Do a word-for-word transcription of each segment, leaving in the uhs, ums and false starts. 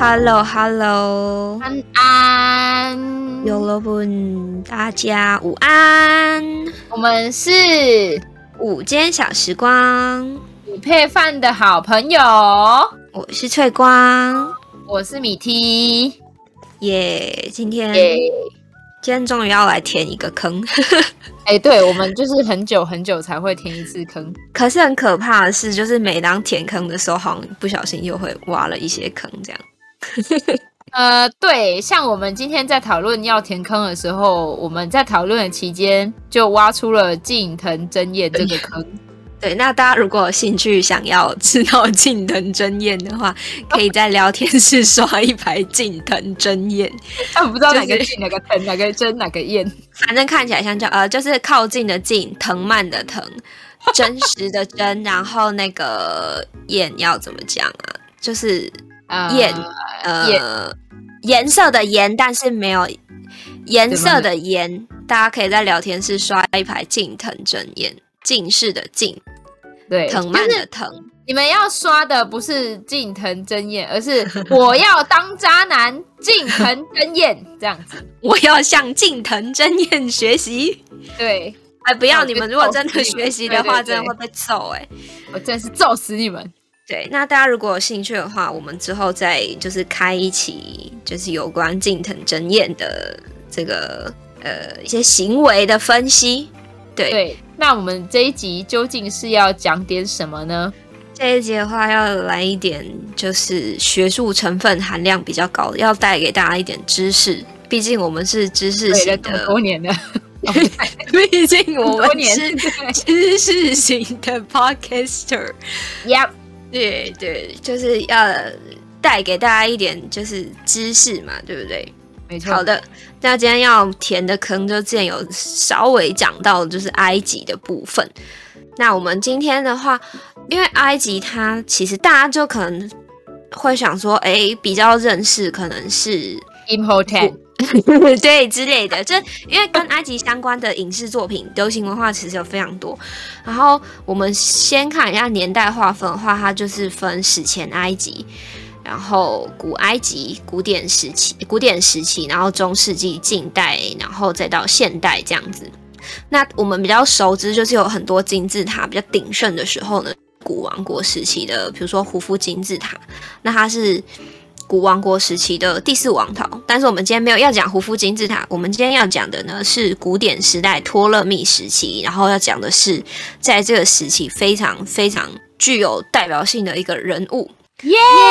Hello Hello， 安安， 有了问大家午安， 我们是午间小时光， 午配饭的好朋友。 我是翠光， 我是米 T， 耶、yeah, 今天、 yeah. 今天终于要来填一个坑。 哎、欸，对，我们就是很久很久才会填一次坑。 可是很可怕的是，就是每当填坑的时候，好像不小心又会挖了一些坑，这样。 呃，对，像我们今天在讨论要填坑的时候，我们在讨论的期间就挖出了近藤真彦这个坑。 对，那大家如果有兴趣想要知道近藤真彦的话，可以在聊天室刷一排近藤真彦。 但不知道哪个近、哪个藤、哪个真、哪个彦， 反正看起来像叫呃，就是靠近的近，藤蔓的藤，真实的真，然后那个彦要怎么讲啊？就是彦呃呃颜色的颜，但是没有颜色的颜。大家可以在聊天室刷一排近藤真彦。近视的近， 对， 藤蔓的藤、就是。 你们要刷的不是近藤真彦，而是我要当渣男近藤真彦这样子。 我要向近藤真彦学习。 对， 哎，不要！你们如果真的学习的话， 对对对真的会被揍哎、欸！ 我真的是揍死你们！ 对，那大家如果有兴趣的话，我们之后再就是开一期，就是有关近藤真彦的这个呃一些行为的分析。对。 对，那我们这一集究竟是要讲点什么呢？ 这一集的话，要来一点就是学术成分含量比较高的，要带给大家一点知识。毕竟我们是知识型的， 这么多年了。 毕竟我们是知识型的 podcaster。 Yep， 对对，就是要带给大家一点就是知识嘛，对不对？ 没错。 好的，那今天要填的坑就之前有稍微讲到，就是埃及的部分。那我们今天的话，因为埃及它其实大家就可能会想说，哎，比较认识可能是 Imhotep 对之类的，就因为跟埃及相关的影视作品、流行文化其实有非常多。然后我们先看一下年代划分的话，它就是分史前埃及。然后古埃及、古典时期、古典时期，然后中世纪、近代，然后再到现代这样子。那我们比较熟知就是有很多金字塔比较鼎盛的时候呢，古王国时期的，比如说胡夫金字塔，那它是古王国时期的第四王朝。但是我们今天没有要讲胡夫金字塔，我们今天要讲的呢是古典时代托勒密时期，然后要讲的是在这个时期非常非常具有代表性的一个人物。耶、yeah! ！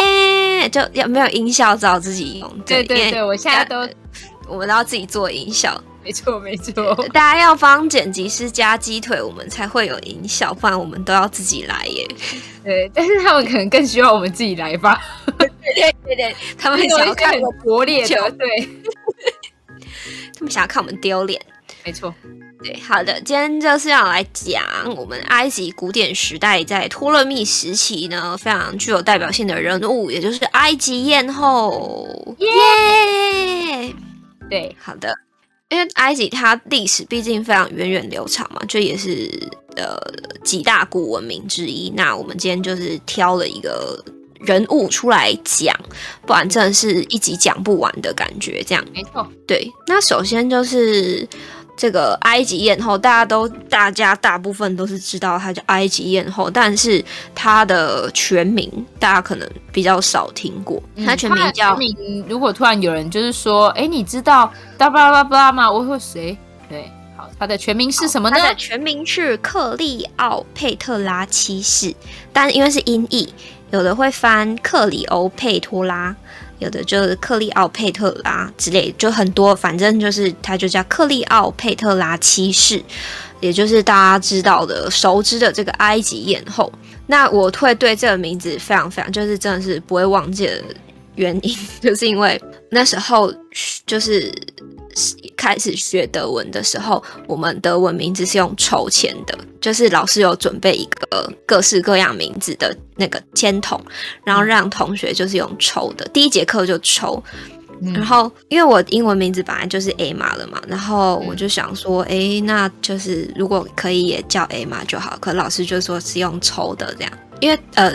就要没有音效，只好自己用。 对对对，我现在都， 我们都要自己做音效。 没错没错， 大家要帮剪辑师加鸡腿，我们才会有音效，不然我们都要自己来耶。 对，但是他们可能更需要我们自己来吧。 对对对对，他们想要看我拙劣的，对， 他们想要看我们丢脸。 没错。 对，好的，今天就是要来讲我们埃及古典时代在托勒密时期呢非常具有代表性的人物，也就是埃及艳后。耶、yeah! 对， 好的，因为埃及它历史毕竟非常源远流长嘛，这也是呃几大古文明之一。那我们今天就是挑了一个人物出来讲，不然真的是一集讲不完的感觉。这样， 没错。 对，那首先就是这个埃及艳后，大家都大家大部分都是知道她叫埃及艳后，但是她的全名大家可能比较少听过。 嗯、 她全名叫…… 全名如果突然有人就是说，哎，你知道巴拉巴拉吗？我会谁？对，好，她的全名是什么呢？ 她的全名是克利奥佩特拉七世，但因为是音译，有的会翻克里欧佩托拉。有的就是克利奥佩特拉之类，就很多，反正就是它就叫克利奥佩特拉七世，也就是大家知道的、熟知的这个埃及艳后。那我会对这个名字非常非常，就是真的是不会忘记的原因，就是因为那时候就是开始学德文的时候，我们德文名字是用抽签的，就是老师有准备一个各式各样名字的那个签筒，然后让同学就是用抽的，第一节课就抽。然后因为我英文名字本来就是 Emma 了嘛，然后我就想说，哎，那就是如果可以也叫 Emma 就好，可老师就说是用抽的这样，因为呃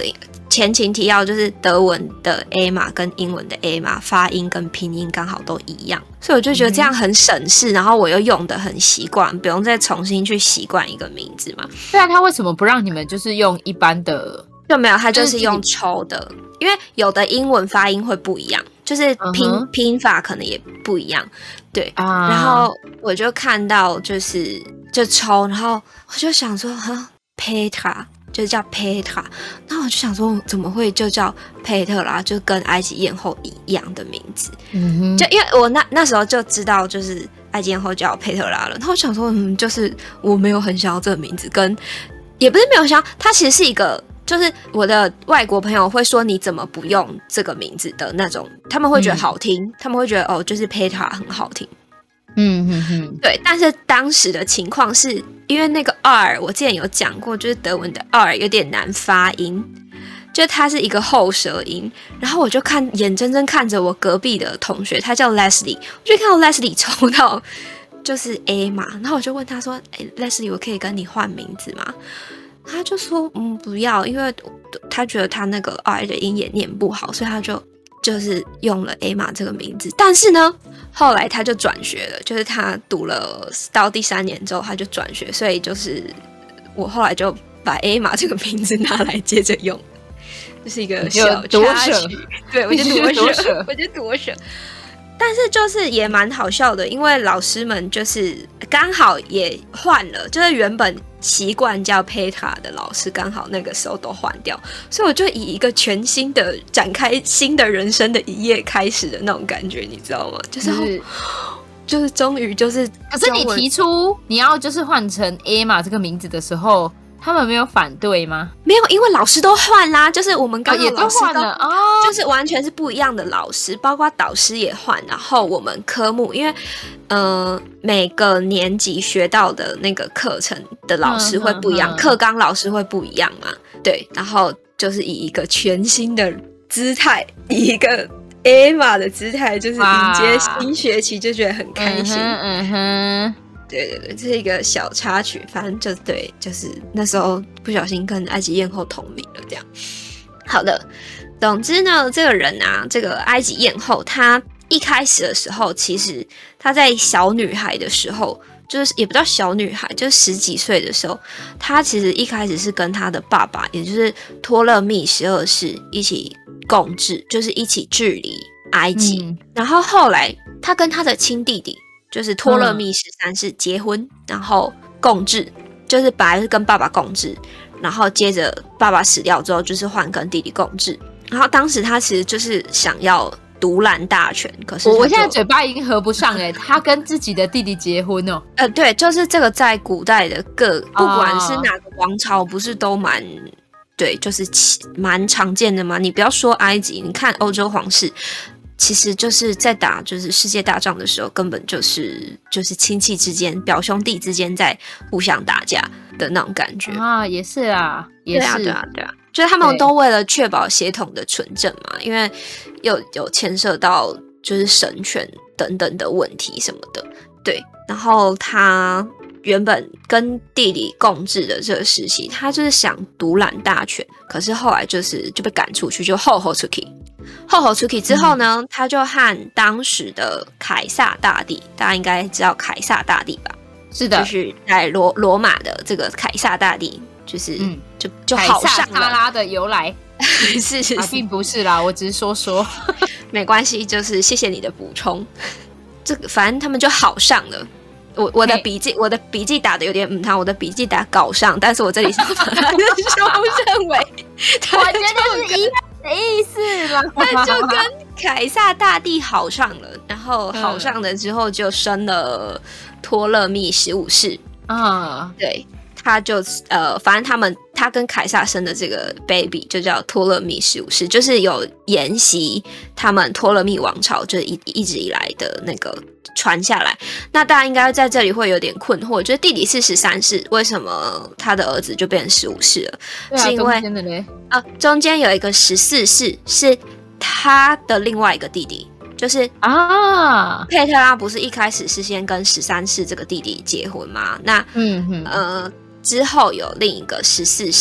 前情提要就是德文的 A 码跟英文的 A 码发音跟拼音刚好都一样，所以我就觉得这样很省事，嗯、然后我又用得很习惯，不用再重新去习惯一个名字嘛。 对啊，他为什么不让你们就是用一般的？ 就没有，他就是用抽的，因为有的英文发音会不一样，就是拼、uh-huh. 拼法可能也不一样，对。Uh. 然后我就看到就是就抽，然后我就想说，哈 ，Petra。就叫佩塔，那我就想说，怎么会就叫佩特拉，就跟埃及艳后一样的名字？嗯哼，就因为我那那时候就知道，就是埃及艳后叫佩特拉了。然后我想说，嗯，就是我没有很想要这个名字，跟也不是没有想要，它其实是一个，就是我的外国朋友会说你怎么不用这个名字的那种，他们会觉得好听，嗯、他们会觉得哦，就是佩塔很好听。嗯哼哼，对，但是当时的情况是因为那个 R 我之前有讲过，就是德文的 R 有点难发音，就它是一个后舌音，然后我就看眼睁睁看着我隔壁的同学，他叫 Leslie， 我就看到 Leslie 抽到就是 A 嘛，然后我就问他说，哎 Leslie 我可以跟你换名字吗？他就说嗯不要，因为他觉得他那个 R 的音也念不好，所以他就就是用了 A 玛这个名字。但是呢后来他就转学了，就是他读了到第三年之后他就转学，所以就是我后来就把 A 玛这个名字拿来接着用，就是一个小插曲。对，我就夺舍，我就夺舍。但是就是也蛮好笑的，因为老师们就是刚好也换了，就是原本习惯叫 Petra 的老师刚好那个时候都换掉，所以我就以一个全新的展开新的人生的一页开始的那种感觉，你知道吗？就是、嗯、就是终于就是， 可是你提出你要就是换成 Emma 这个名字的时候，他们没有反对吗？ 没有，因为老师都换啦，就是我们刚好老师都、 哦、也都换了哦， 就是完全是不一样的老师，包括导师也换，然后我们科目，因为呃每个年级学到的那个课程的老师会不一样，课纲老师会不一样嘛，对，然后就是以一个全新的姿态，以一个 Emma 的姿态，就是迎接新学期，就觉得很开心，嗯哼。嗯哼，对对对，这是一个小插曲，反正就对，就是那时候不小心跟埃及艳后同名了，这样。好的，总之呢，这个人啊，这个埃及艳后，她一开始的时候，其实她在小女孩的时候，就是也不叫小女孩，就是十几岁的时候，她其实一开始是跟她的爸爸，也就是托勒密十二世一起共治，就是一起治理埃及。嗯、然后后来，她跟她的亲弟弟。就是托勒密十三世结婚、嗯，然后共治，就是本来是跟爸爸共治，然后接着爸爸死掉之后，就是换跟弟弟共治。然后当时他其实就是想要独揽大权，可是我现在嘴巴已经合不上哎、欸，他跟自己的弟弟结婚哦。 呃，对，就是这个在古代的各不管是哪个王朝，不是都蛮对，就是蛮常见的嘛。你不要说埃及，你看欧洲皇室。其实就是在打就是世界大战的时候，根本就是就是亲戚之间、表兄弟之间在互相打架的那种感觉啊，也是啊，也是， 对啊，对啊，对啊，就是他们都为了确保血统的纯正嘛，因为有有牵涉到就是神权等等的问题什么的，对。然后他原本跟弟弟共治的这个时期，他就是想独揽大权，可是后来就是就被赶出去，就后后出去。后后出去之后呢、嗯，他就和当时的凯撒大帝，大家应该知道凯撒大帝吧？ 是的， 就是在罗罗马的这个凯撒大帝，就是、嗯、就就好上了。 凯撒沙拉的由来是是是、 啊，并不是啦，我只是说说， 没关系，就是谢谢你的补充。这个反正他们就好上了。我我的笔记我的笔记打的有点嗯汤，我的笔记打搞上，但是我这里是把它修正为， 我觉得是一样的意思了。 他就跟凯撒大帝好上了，然后好上了之后就生了托勒密十五世啊、嗯，对，他就呃，反正他们他跟凯撒生的这个 baby 就叫托勒密十五世，就是有沿袭他们托勒密王朝就是一一直以来的那个。传下来，那大家应该在这里会有点困惑，就是弟弟是十三世，为什么他的儿子就变成十五世了？ 对啊、 是因为中间的嘞、 啊，中间有一个十四世是他的另外一个弟弟，就是啊，佩特拉不是一开始是先跟十三世这个弟弟结婚吗？那嗯呃之后有另一个十四世，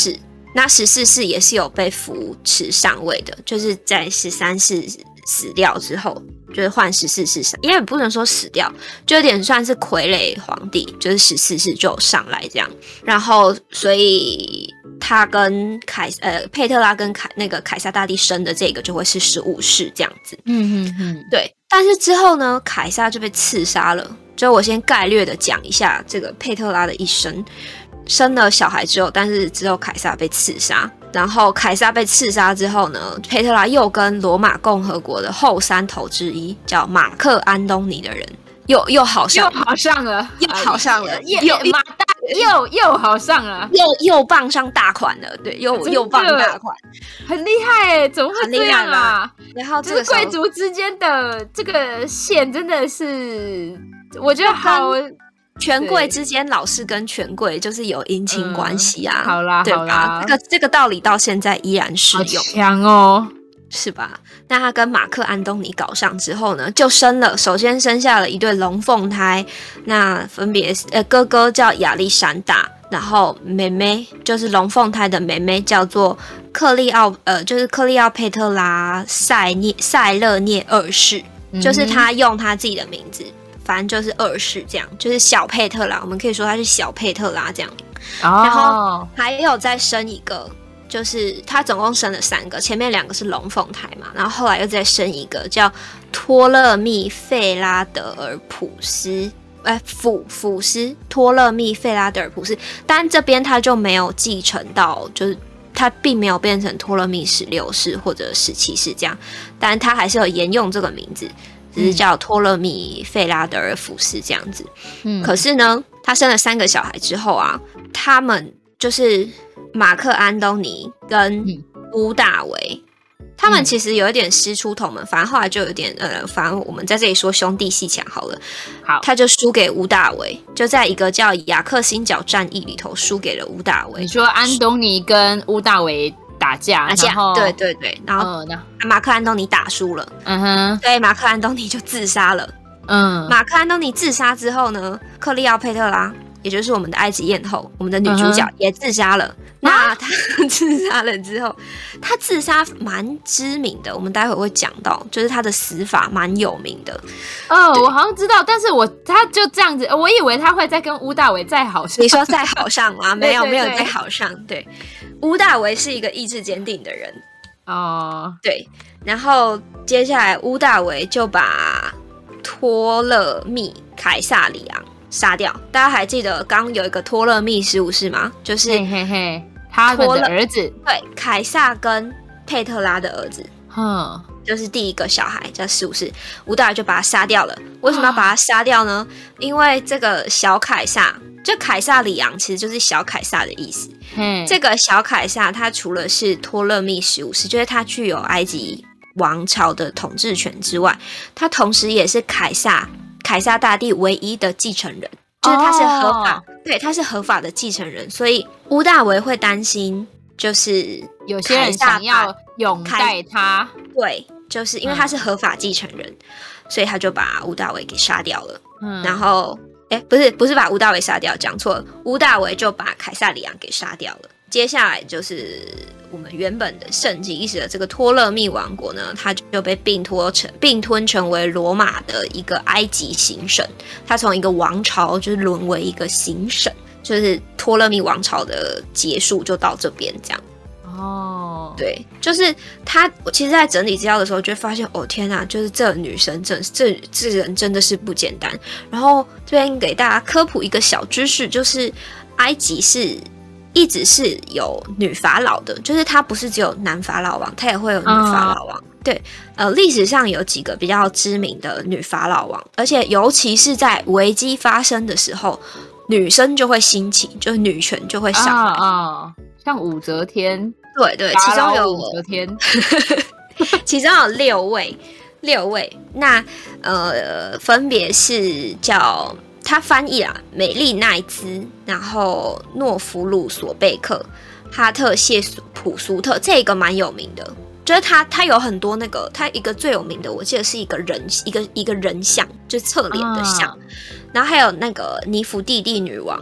那十四世也是有被扶持上位的，就是在十三世死掉之后，就是换十四世上，因为不能说死掉，就有点算是傀儡皇帝，就是十四世就有上来这样。然后所以他跟凯呃佩特拉跟凯那个凯撒大帝生的这个就会是十五世这样子。 嗯嗯嗯， 对。但是之后呢，凯撒就被刺杀了。就我先概略的讲一下这个佩特拉的一生。生了小孩之后，但是之后凯撒被刺杀，然后凯撒被刺杀之后呢，佩特拉又跟罗马共和国的后三头之一叫马克安东尼的人又又好上了， 又好上了， 又好上了， 又又马大又又好上了， 又又傍上大款了，对，又又傍大款， 很厉害哎，怎么会这样啊？ 然后这个贵族之间的这个线真的是，我觉得好。 权贵之间老是跟权贵就是有姻亲关系啊、 嗯，好啦对吧？ 好啦， 这个这个道理到现在依然适用， 好强哦， 是吧？那他跟马克安东尼搞上之后呢，就生了，首先生下了一对龙凤胎，那分别呃哥哥叫亚历山大，然后妹妹就是龙凤胎的妹妹叫做克利奥呃就是克利奥佩特拉塞涅塞勒涅二世、嗯，就是他用他自己的名字。反正就是二世这样，就是小佩特拉，我们可以说他是小佩特拉这样。 哦、 然后还有再生一个，就是他总共生了三个，前面两个是龙凤胎嘛，然后后来又再生一个叫托勒密费拉德尔普斯，哎，辅辅斯托勒密费拉德尔普斯，但这边他就没有继承到，就是他并没有变成托勒密十六世或者十七世这样，但他还是有沿用这个名字。只是叫托勒密费拉德尔福斯这样子、嗯，可是呢，他生了三个小孩之后啊，他们就是马克安东尼跟乌大维、嗯，他们其实有一点师出同门，反正后来就有点呃，反正我们在这里说兄弟阋墙好了， 好， 他就输给乌大维，就在一个叫雅克辛角战役里头输给了乌大维。 你说安东尼跟乌大维打架， 打架， 然后对对对，然后、嗯、马克安东尼打输了， 嗯哼， 所以马克安东尼就自杀了。嗯，马克安东尼自杀之后呢，克利奥佩特拉，也就是我们的埃及艳后，我们的女主角也自杀了。嗯、那她自杀了之后，她自杀蛮知名的，我们待会会讲到，就是她的死法蛮有名的。 哦，我好像知道，但是我她就这样子，我以为她会再跟乌大维再好上。 你说再好上吗？没有，对对对，没有再好上，对。乌大维是一个意志坚定的人哦， 对，然后接下来乌大维就把托勒密凯撒里昂杀掉。大家还记得刚有一个托勒密十五世吗？就是嘿嘿嘿，他们的儿子， 对，凯撒跟佩特拉的儿子， 嗯， 就是第一个小孩叫十五世，乌大维就把他杀掉了。为什么要把他杀掉呢？因为这个小凯撒。就凯撒里昂其实就是小凯撒的意思。嗯，这个小凯撒他除了是托勒密十五世，就是他具有埃及王朝的统治权之外，他同时也是凯撒凯撒大帝唯一的继承人，就是他是合法，哦、对，他是合法的继承人。所以乌大维会担心，就是有些人想要拥戴他， 对，就是因为他是合法继承人，嗯、所以他就把乌大维给杀掉了。嗯，然后。哎，不是，不是把乌大维杀掉，讲错了。乌大维就把凯撒里昂给杀掉了。接下来就是我们原本的圣极一时的这个托勒密王国呢，它就被并托成并吞成为罗马的一个埃及行省。它从一个王朝就是沦为一个行省，就是托勒密王朝的结束就到这边这样。哦，对，就是他。我其实，在整理资料的时候，就会发现，哦天啊，就是这女生真，这这人真的是不简单。然后这边给大家科普一个小知识，就是埃及是一直是有女法老的，就是它不是只有男法老王，它也会有女法老王。哦、对，呃，历史上有几个比较知名的女法老王，而且尤其是在危机发生的时候，女生就会兴起，就是女权就会上来。 哦哦，像武则天。 对对，其中有武则天， 其中有六位，六位。那呃，分别是叫他翻译啦，美丽奈兹，然后诺弗鲁索贝克、哈特谢普苏特，这个蛮有名的。就是他，他有很多那个，他一个最有名的，我记得是一个人，一个一个人像，就是侧脸的像。啊、然后还有那个尼福蒂蒂女王。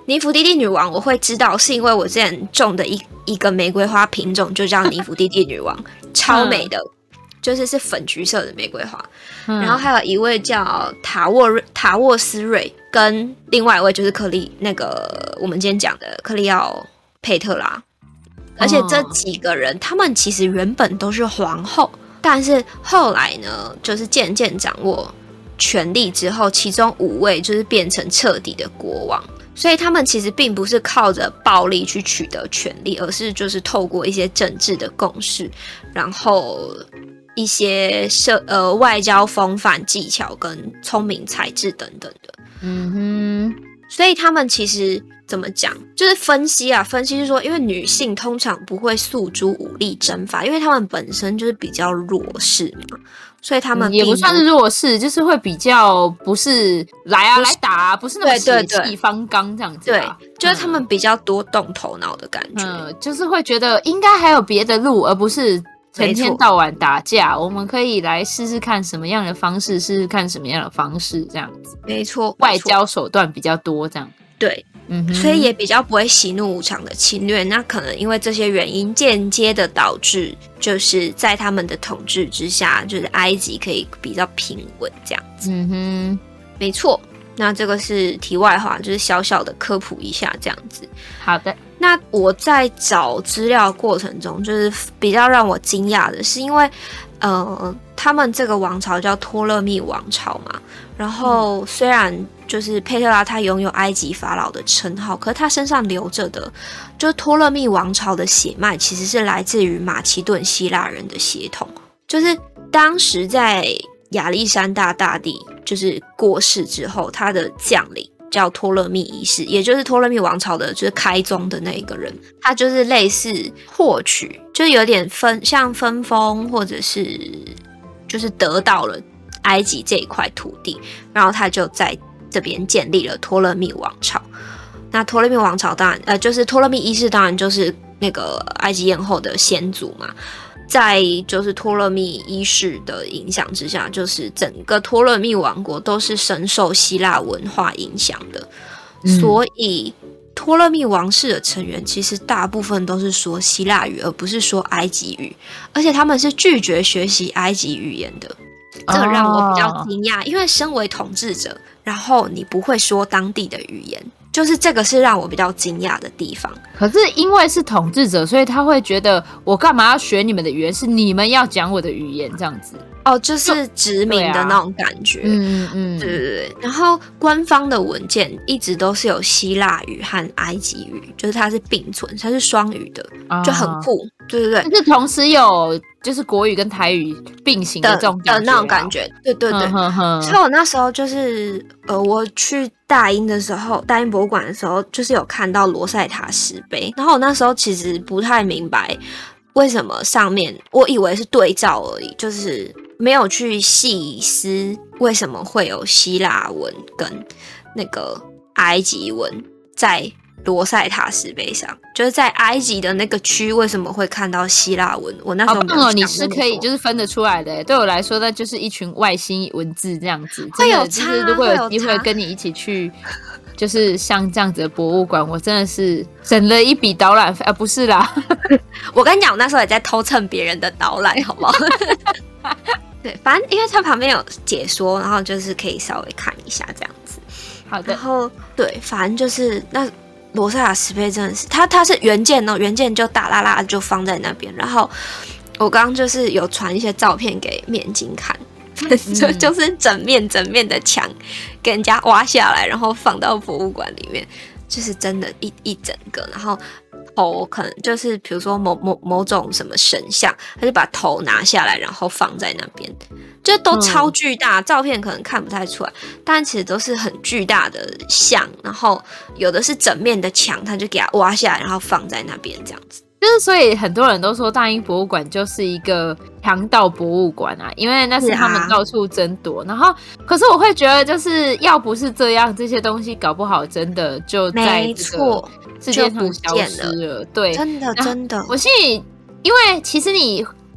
尼芙蒂蒂女王我会知道，是因为我之前种的一一个玫瑰花品种就叫尼芙蒂蒂女王，超美的，嗯、就是是粉橘色的玫瑰花。嗯、然后还有一位叫塔沃塔沃斯瑞，跟另外一位就是克利那个我们今天讲的克利奥佩特拉。而且这几个人，他们其实原本都是皇后，但是后来呢，就是渐渐掌握权力之后，其中五位就是变成彻底的国王。所以他们其实并不是靠着暴力去取得权力，而是就是透过一些政治的共识，然后一些社呃外交风范技巧跟聪明才智等等的。嗯哼，所以他们其实怎么讲，就是分析啊，分析是说，因为女性通常不会诉诸武力征伐，因为他们本身就是比较弱势嘛。所以他们也不算是弱势，就是会比较不是来啊来打啊，不是那么血气方刚这样子、 啊。对，就是他们比较多动头脑的感觉、 嗯，就是会觉得应该还有别的路，而不是成天到晚打架。我们可以来试试看什么样的方式，试试看什么样的方式，这样子。 没错， 外交手段比较多，这样。 对。嗯、所以也比较不会喜怒无常的侵略，那可能因为这些原因间接的导致就是在他们的统治之下，就是埃及可以比较平稳这样子。嗯哼，没错。那这个是题外话，就是小小的科普一下这样子。 好的。 那我在找资料过程中，就是比较让我惊讶的是，因为呃，他们这个王朝叫托勒密王朝嘛，然后虽然就是佩特拉他拥有埃及法老的称号，可是他身上流着的就是托勒密王朝的血脉，其实是来自于马其顿希腊人的血统。就是当时在亚历山大大帝就是过世之后，他的将领叫托勒密一世，也就是托勒密王朝的就是开宗的那一个人，他就是类似获取，就是有点分像分封，或者是就是得到了埃及这一块土地，然后他就在这边建立了托勒密王朝。那托勒密王朝当然呃就是托勒密一世当然就是那个埃及艳后的先祖嘛，在就是托勒密一世的影响之下，就是整个托勒密王国都是深受希腊文化影响的、嗯、所以托勒密王室的成员其实大部分都是说希腊语而不是说埃及语，而且他们是拒绝学习埃及语言的。这个让我比较惊讶、哦、因为身为统治者，然后你不会说当地的语言，就是这个是让我比较惊讶的地方。 可是因为是统治者，所以他会觉得我干嘛要学你们的语言，是你们要讲我的语言这样子。 哦，就是殖民的那种感觉。嗯嗯，对对对。然后官方的文件一直都是有希腊语和埃及语，就是它是并存，它是双语的，就很酷。啊、对对对。但是同时有就是国语跟台语并行的这种感觉、啊、 的那种感觉。对对对。呵呵，所以我那时候就是呃，我去大英的时候，大英博物馆的时候，就是有看到罗塞塔石碑，然后我那时候其实不太明白为什么上面，我以为是对照而已，就是没有去细思为什么会有希腊文跟那个埃及文在罗塞塔石碑上，就是在埃及的那个区为什么会看到希腊文。我那时候没有想那么多。 好棒哦，你是可以就是分得出来的。对我来说那就是一群外星文字这样子。 会有差， 就是如果有机会跟你一起去就是像这样子的博物馆，我真的是省了一笔导览费啊！不是啦， 我跟你讲，我那时候也在偷蹭别人的导览，好不好？对，反正因为它旁边有解说，然后就是可以稍微看一下这样子。 好的。 然后对，反正就是那罗塞塔石碑真的是，它它是原件哦，原件就大啦啦就放在那边。然后我刚刚就是有传一些照片给面筋看。就就是整面整面的墙给人家挖下来，然后放到博物馆里面，就是真的一一整个，然后头可能就是比如说某某某种什么神像，他就把头拿下来然后放在那边，就都超巨大、嗯、照片可能看不太出来，但其实都是很巨大的像，然后有的是整面的墙，他就给它挖下来然后放在那边这样子。 就是所以很多人都说大英博物馆就是一个强盗博物馆啊，因为那是他们到处争夺、啊、然后可是我会觉得就是要不是这样，这些东西搞不好真的就在这个世界上消失了。对， 真的真的。 我心里因为其实你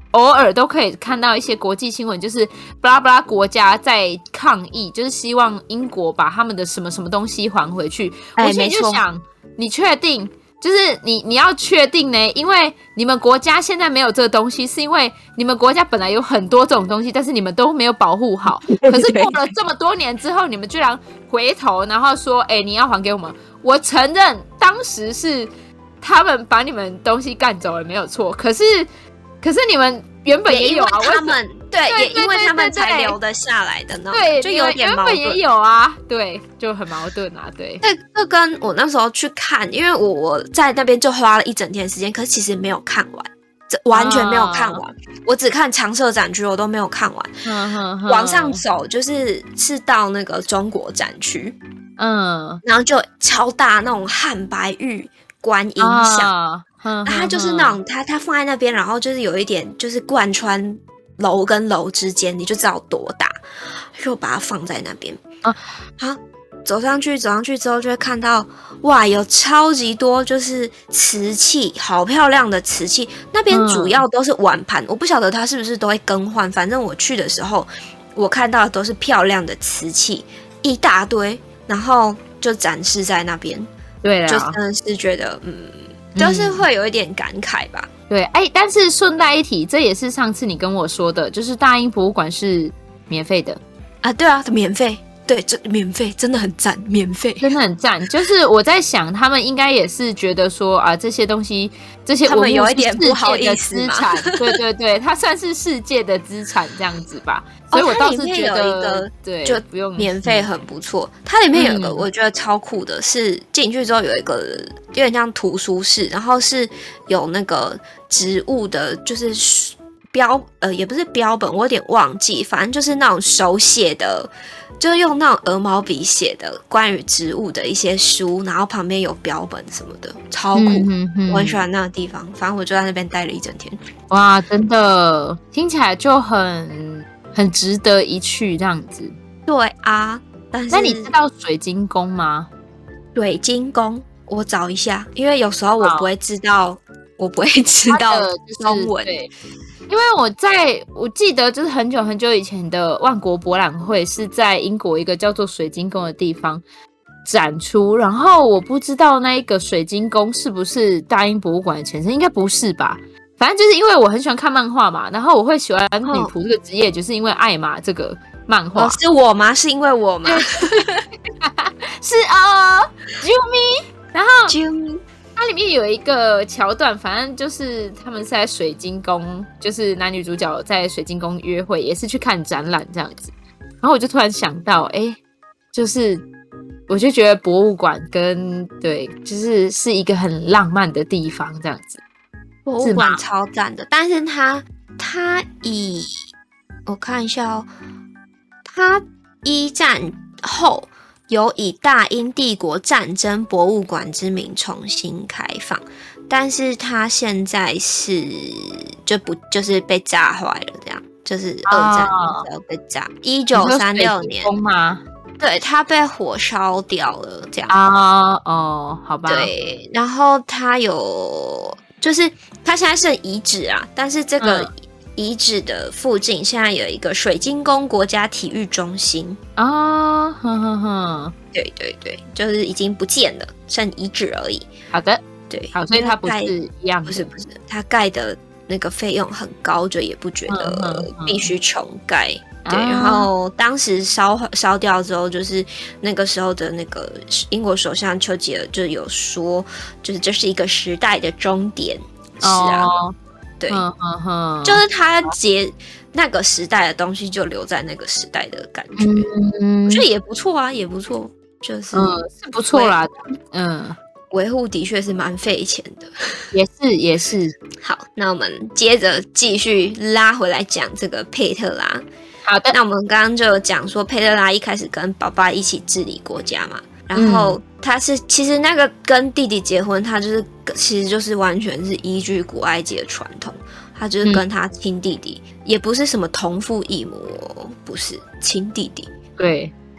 偶尔都可以看到一些国际新闻，就是巴拉巴拉国家在抗议，就是希望英国把他们的什么什么东西还回去。 哎， 我现在就想，你确定？就是你你要确定呢，因为你们国家现在没有这个东西，是因为你们国家本来有很多这种东西，但是你们都没有保护好。可是过了这么多年之后，你们居然回头然后说，哎、欸，你要还给我们。我承认当时是他们把你们东西干走了，没有错。可是可是你们原本也有啊， 他们对，对也因为他们才留得下来的呢， 对， 就有点矛盾。 原本也有啊，对，就很矛盾啊，对。 这这跟我那时候去看，因为我我在那边就花了一整天时间，可是其实没有看完，这完全没有看完。啊、我只看常设展区，我都没有看完。 嗯哼哼往上走就是是到那个中国展区， 嗯， 然后就超大那种汉白玉观音像。 啊啊、它就是那种，它它放在那边，然后就是有一点就是贯穿楼跟楼之间，你就知道有多大，就把它放在那边啊。好，走上去，走上去之后就会看到，哇，有超级多就是瓷器，好漂亮的瓷器。那边主要都是碗盘，嗯、我不晓得它是不是都会更换，反正我去的时候，我看到的都是漂亮的瓷器，一大堆，然后就展示在那边。 对啦， 就真的是觉得，嗯。就是会有一点感慨吧。 对，哎，但是顺带一提，这也是上次你跟我说的，就是大英博物馆是免费的啊。对啊，免费，对，这免费真的很赞，免费真的很赞。就是我在想，他们应该也是觉得说啊，这些东西，这些文物有一点不好意思资产，对对对，它算是世界的资产这样子吧。所以我倒是觉得， 哦、有一个对， 就不用免费很不错。它里面有一个我觉得超酷的是，是进去之后有一个有点像图书室，然后是有那个植物的，就是标呃也不是标本，我有点忘记，反正就是那种手写的，就是用那种鹅毛笔写的关于植物的一些书，然后旁边有标本什么的，超酷。嗯哼哼，我很喜欢那个地方，反正我就在那边待了一整天。 哇，真的听起来就很很值得一去这样子。 对啊，但是那你知道水晶宫吗？ 水晶宫我找一下，因为有时候我不会知道，我不会知道中文。 对，因为我在我记得就是很久很久以前的万国博览会是在英国一个叫做水晶宫的地方展出，然后我不知道那一个水晶宫是不是大英博物馆的前身，应该不是吧。反正就是因为我很喜欢看漫画嘛，然后我会喜欢女仆这个职业，就是因为艾玛这个漫画。 哦，是我吗？是因为我吗？ 是哦 Jumi， 然后 Jumi， 它里面有一个桥段，反正就是他们是在水晶宫，就是男女主角在水晶宫约会，也是去看展览这样子。然后我就突然想到，哎、欸，就是我就觉得博物馆跟对，就是是一个很浪漫的地方这样子。 博物馆超赞的，但是它它以我看一下哦，它一战后有以大英帝国战争博物馆之名重新开放，但是它现在是就不就是被炸坏了，这样就是二战的时候被炸，一九三六年吗？ 对，它被火烧掉了，这样啊哦，好吧。 对，然后它有。就是它现在是遗址啊，但是这个遗址的附近现在有一个水晶宫国家体育中心啊，哼哼哼， 对对对，就是已经不见了，剩遗址而已。 好的， 对， 好，所以它不是一样的， 不是不是，它盖的那个费用很高，就也不觉得必须重盖。对，然后当时烧烧掉之后，就是那个时候的那个英国首相丘吉尔就有说，就是这是一个时代的终点。是啊，哦、对， 嗯嗯嗯， 就是他结那个时代的东西就留在那个时代的感觉，嗯，我觉得也不错啊，也不错，就是嗯是不错啦，嗯。 维护的确是蛮费钱的， 也是也是。 好，那我们接着继续拉回来讲这个佩特拉。 好的， 那我们刚刚就有讲说，佩特拉一开始跟爸爸一起治理国家嘛，然后他是、嗯、其实那个跟弟弟结婚，他就是其实就是完全是依据古埃及的传统，他就是跟他亲弟弟，嗯、也不是什么同父异母，不是亲弟弟。 对。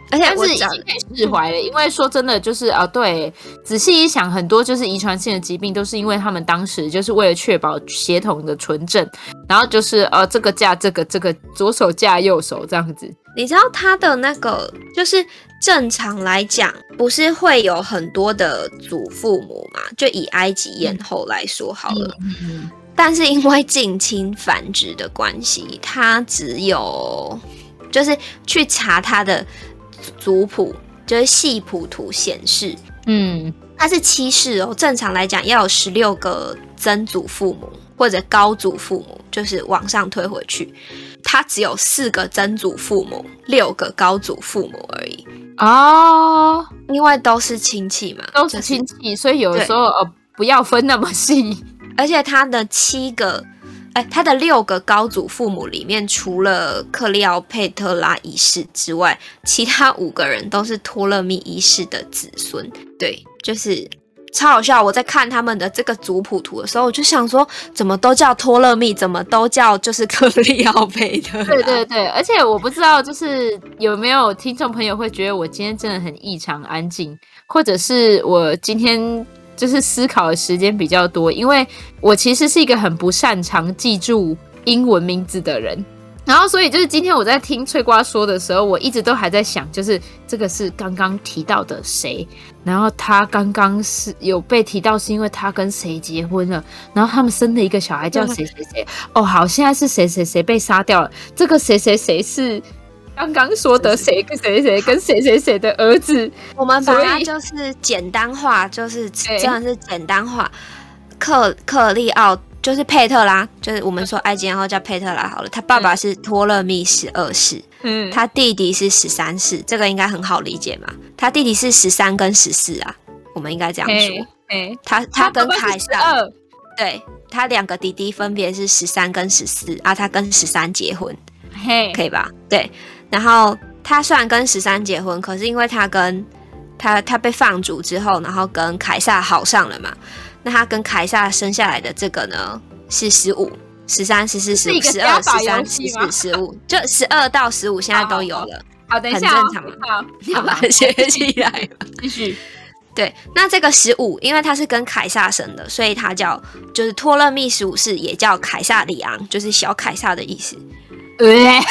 而且我但是已经可以释怀了，因为说真的，就是啊，对，仔细一想，很多就是遗传性的疾病，都是因为他们当时就是为了确保血统的纯正，然后就是呃，这个嫁这个，这个左手嫁右手这样子。 你知道他的那个就是正常来讲，不是会有很多的祖父母嘛？就以埃及艳后来说好了。嗯嗯，但是因为近亲繁殖的关系，他只有就是去查他的族谱，就是系谱图显示，嗯，他是七世哦。正常来讲要有十六个曾祖父母或者高祖父母，就是往上推回去。他只有四个曾祖父母，六个高祖父母而已哦， 因为都是亲戚嘛， 都是亲戚，就是、所以有的时候呃不要分那么细。 而且他的七个，哎，他的六个高祖父母里面，除了克利奥佩特拉一世之外，其他五个人都是托勒密一世的子孙。对，就是超好笑。我在看他们的这个族谱图的时候，我就想说，怎么都叫托勒密，怎么都叫就是克利奥佩特拉。 对对对，而且我不知道，就是有没有听众朋友会觉得我今天真的很异常安静，或者是我今天就是思考的时间比较多，因为我其实是一个很不擅长记住英文名字的人。然后所以就是今天我在听翠瓜说的时候，我一直都还在想，就是这个是刚刚提到的谁，然后他刚刚是有被提到是因为他跟谁结婚了，然后他们生了一个小孩叫谁谁谁。哦，好，现在是谁谁谁被杀掉了，这个谁谁谁是刚刚说的谁跟谁谁跟谁谁谁的儿子。 我们把它就是简单化，就是真的是简单化。克克利奥就是佩特拉，就是我们说埃及艳后叫佩特拉好了。他爸爸是托勒密十二世，嗯，他弟弟是十三世，这个应该很好理解嘛。他弟弟是十三跟十四啊，我们应该这样说。 欸、 他他跟凯撒，对，他两个弟弟分别是十三跟十四啊，他跟十三结婚，可以吧？对，然后他虽然跟十三结婚，可是因为他跟他他被放逐之后，然后跟凯撒好上了嘛。那他跟凯撒生下来的这个呢是十五、十三、十四、十五、十二、十三、十四、十五，就十二到十五现在都有了。 好，等一下、哦， 很正常嘛。 好， 好吧，学起来。 继续。 对，那这个十五，因为他是跟凯撒生的，所以他叫就是托勒密十五世，也叫凯撒里昂，就是小凯撒的意思。 呃，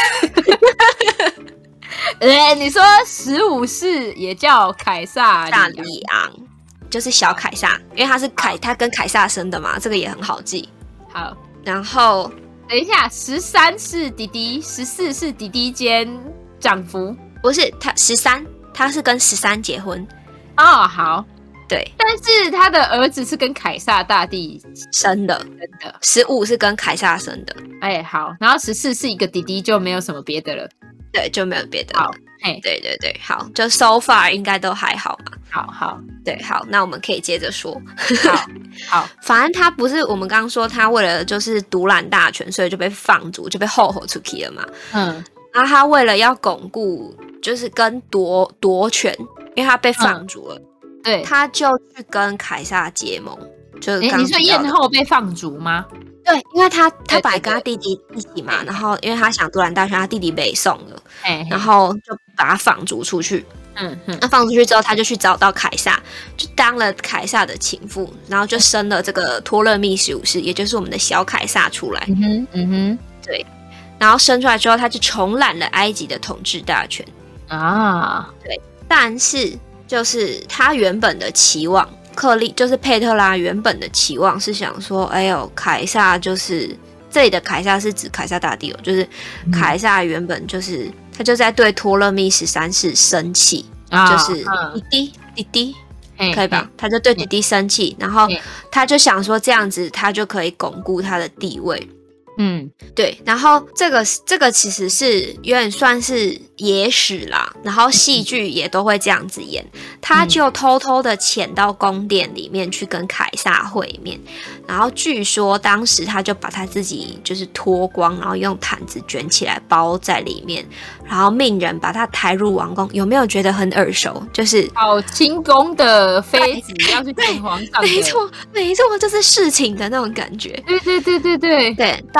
呃，你说十五世也叫凯撒里昂？就是小凯撒，因为他是凯，他跟凯撒生的嘛，这个也很好记。 好， 然后等一下，十三是弟弟，十四是弟弟兼丈夫， 不是他十三，他是跟十三结婚。 哦，好， 对， 但是他的儿子是跟凯撒大帝生的， 生的， 十五是跟凯撒生的。 哎，好，然后十四是一个弟弟，就没有什么别的了。 对，就没有别的了。 好，嘿， 对对对，好，就 so far 应该都还好嘛。 好好， 对，好，那我们可以接着说。 好，好， 反正他不是我们刚刚说他为了就是独揽大权，所以就被放逐，就被后吼出去了嘛。嗯，然后他为了要巩固，就是跟夺夺权，因为他被放逐了， 嗯、对， 他就去跟凯撒结盟。就是刚刚你说艳后被放逐吗？ 对，因为他他本来跟他弟弟一起嘛，然后因为他想独揽大权，他弟弟被送了，然后就把他放逐出去。嗯哼，那放出去之后，他就去找到凯撒，就当了凯撒的情妇，然后就生了这个托勒密十五世，也就是我们的小凯撒出来。嗯哼，嗯哼，对。然后生出来之后，他就重揽了埃及的统治大权啊。对，但是就是他原本的期望。克利就是佩特拉原本的期望是想说，哎呦，凯撒就是这里的凯撒是指凯撒大帝哦，就是凯撒原本就是他就在对托勒密十三世生气，啊、就是弟弟弟弟，可以吧？他就对弟弟生气，然后他就想说这样子他就可以巩固他的地位。嗯，对，然后这个这个其实是有点算是野史啦，然后戏剧也都会这样子演，他就偷偷的潜到宫殿里面去跟凯撒会面，然后据说当时他就把他自己就是脱光，然后用毯子卷起来包在里面，然后命人把他抬入王宫。有没有觉得很耳熟？就是好清宫的妃子要去见皇上的， 没错没错，就是侍寝的那种感觉。 对对对对对对，大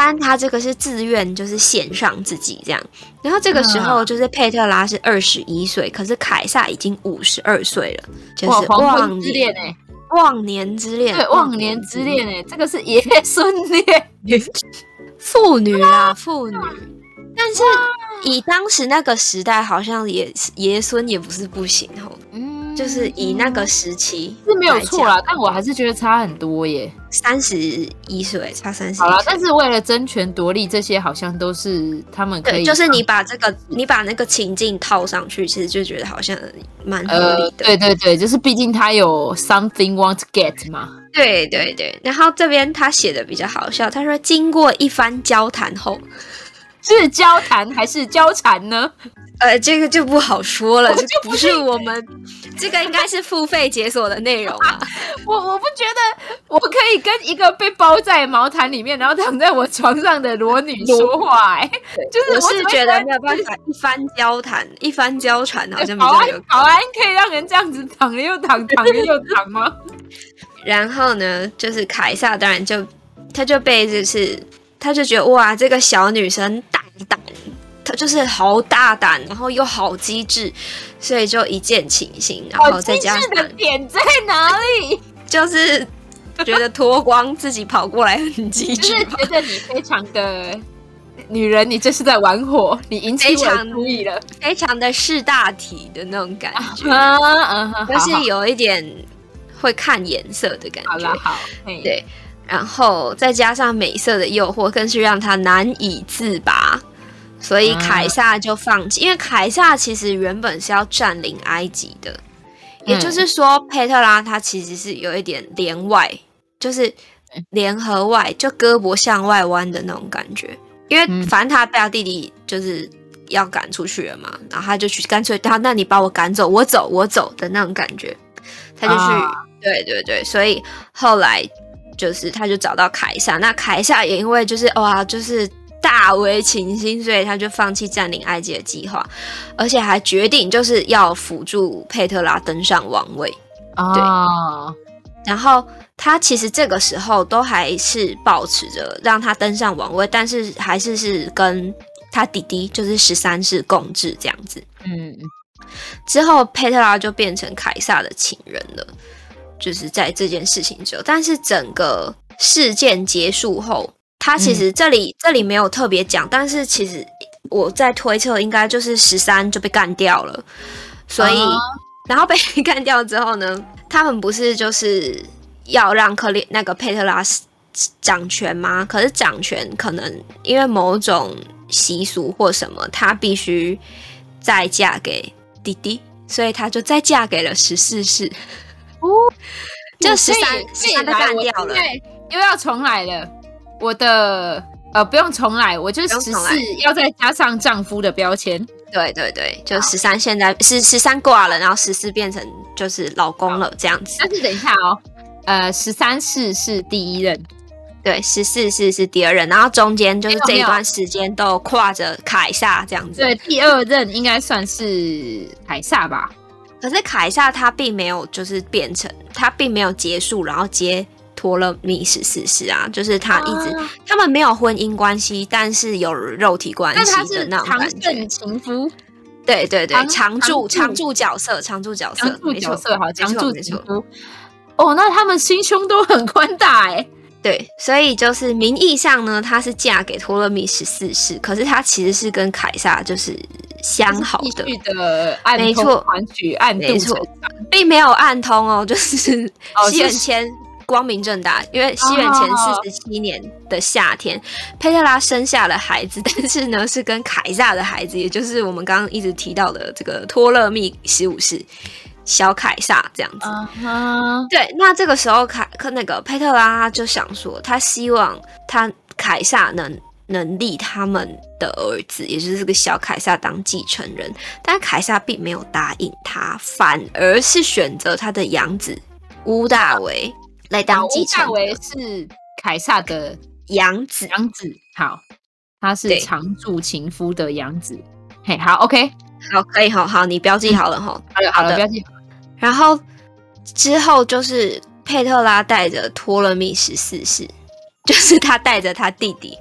但他这个是自愿，就是献上自己这样。然后这个时候就是佩特拉是二十一岁，可是凯撒已经五十二岁了，就是忘年之恋哎、欸， 忘年之恋， 对，忘年之恋哎、欸，这个是爷孙恋， 父女啦，父女。但是以当时那个时代，好像也爷孙也不是不行哦。嗯，就是以那个时期是没有错啦，但我还是觉得差很多耶。 三十一岁，差三十一岁。 好啦，但是为了争权夺利，这些好像都是他们可以。 对，就是你把这个，你把那个情境套上去，其实就觉得好像蛮合理的。 呃、对对对，就是毕竟他有 something want to get 嘛。 对对对，然后这边他写的比较好笑，他说经过一番交谈后。 是交谈还是交缠呢？ 呃，这个就不好说了，这不是我们，这个应该是付费解锁的内容啊。 我我不觉得我可以跟一个被包在毛毯里面，然后躺在我床上的裸女说话、欸，哎，就是我是觉得没有办法一番交谈，一番交缠好像比较有。 保安可以让人这样子躺了又躺，躺了又躺吗？ 然后呢，就是凯撒当然就他就被就是。他就觉得哇，这个小女生大胆，她就是好大胆，然后又好机智，所以就一见倾心，然后再加上好机智的点在哪里？ 就是觉得脱光自己跑过来很机智， 就是觉得你非常的女人，你这是在玩火，你引起我的注意了， 非常的识大体的那种感觉， 啊嗯、 就是有一点会看颜色的感觉。 好啦，好， 对。然后再加上美色的诱惑，更是让他难以自拔，所以凯撒就放弃。嗯、因为凯撒其实原本是要占领埃及的，嗯、也就是说，佩特拉他其实是有一点连外，就是联合外，就胳膊向外弯的那种感觉。因为反正他被他弟弟就是要赶出去了嘛，然后他就去干脆他那你把我赶走，我走我走的那种感觉，他就去，啊、对对对，所以后来。就是他就找到凯撒，那凯撒也因为就是哇，就是大为倾心，所以他就放弃占领埃及的计划，而且还决定就是要辅助佩特拉登上王位。对，哦、然后他其实这个时候都还是抱持着让他登上王位，但是还是是跟他弟弟就是十三世共治这样子。嗯，之后佩特拉就变成凯撒的情人了。就是在这件事情之后，但是整个事件结束后，他其实这里、嗯、这里没有特别讲，但是其实我在推测应该就是十三就被干掉了，所以、uh-huh. 然后被干掉之后呢，他们不是就是要让克列那个佩特拉掌权吗？可是掌权可能因为某种习俗或什么，他必须再嫁给弟弟，所以他就再嫁给了十四世。哦，就十三十三被干掉了， 又要重来了。我的呃不用重来，我就十四要再加上丈夫的标签。 对对对，就十三现在是十三挂了，然后十四变成就是老公了这样子。 但是等一下哦，呃，十三世是第一任， 对，十四世是第二任，然后中间就是这一段时间都跨着凯撒这样子。 对，第二任应该算是凯撒吧。 可是凯撒他并没有就是变成他并没有结束，然后接托勒密十四世啊，就是他一直、啊、他们没有婚姻关系，但是有肉体关系的那种感觉。 常胜情夫， 对对对，常驻常驻角色，常驻角色， 常驻角色好，常驻情夫。哦，那他们心胸都很宽大哎。 对，所以就是名义上呢，她是嫁给托勒密十四世，可是她其实是跟凯撒就是相好的， 继续的暗通款曲，暗度陈仓， 并没有暗通哦，就是西元前光明正大，因为西元前四十七年的夏天，哦、佩特拉生下了孩子，但是呢是跟凯撒的孩子，也就是我们刚刚一直提到的这个托勒密十五世。小凯撒这样子， uh-huh. 对，那这个时候凯那个佩特拉就想说，他希望他凯撒能能立他们的儿子，也就是这个小凯撒当继承人，但凯撒并没有答应他，反而是选择他的养子屋大维来当继承人。 屋大维是凯撒的养子， 养子，好，他是常驻情夫的养子。嘿，好 ，OK， 好，可以，好好，你标记好了哈、 嗯，好的，好的，标记好。 然后之后就是佩特拉带着托勒密十四世，就是他带着他弟弟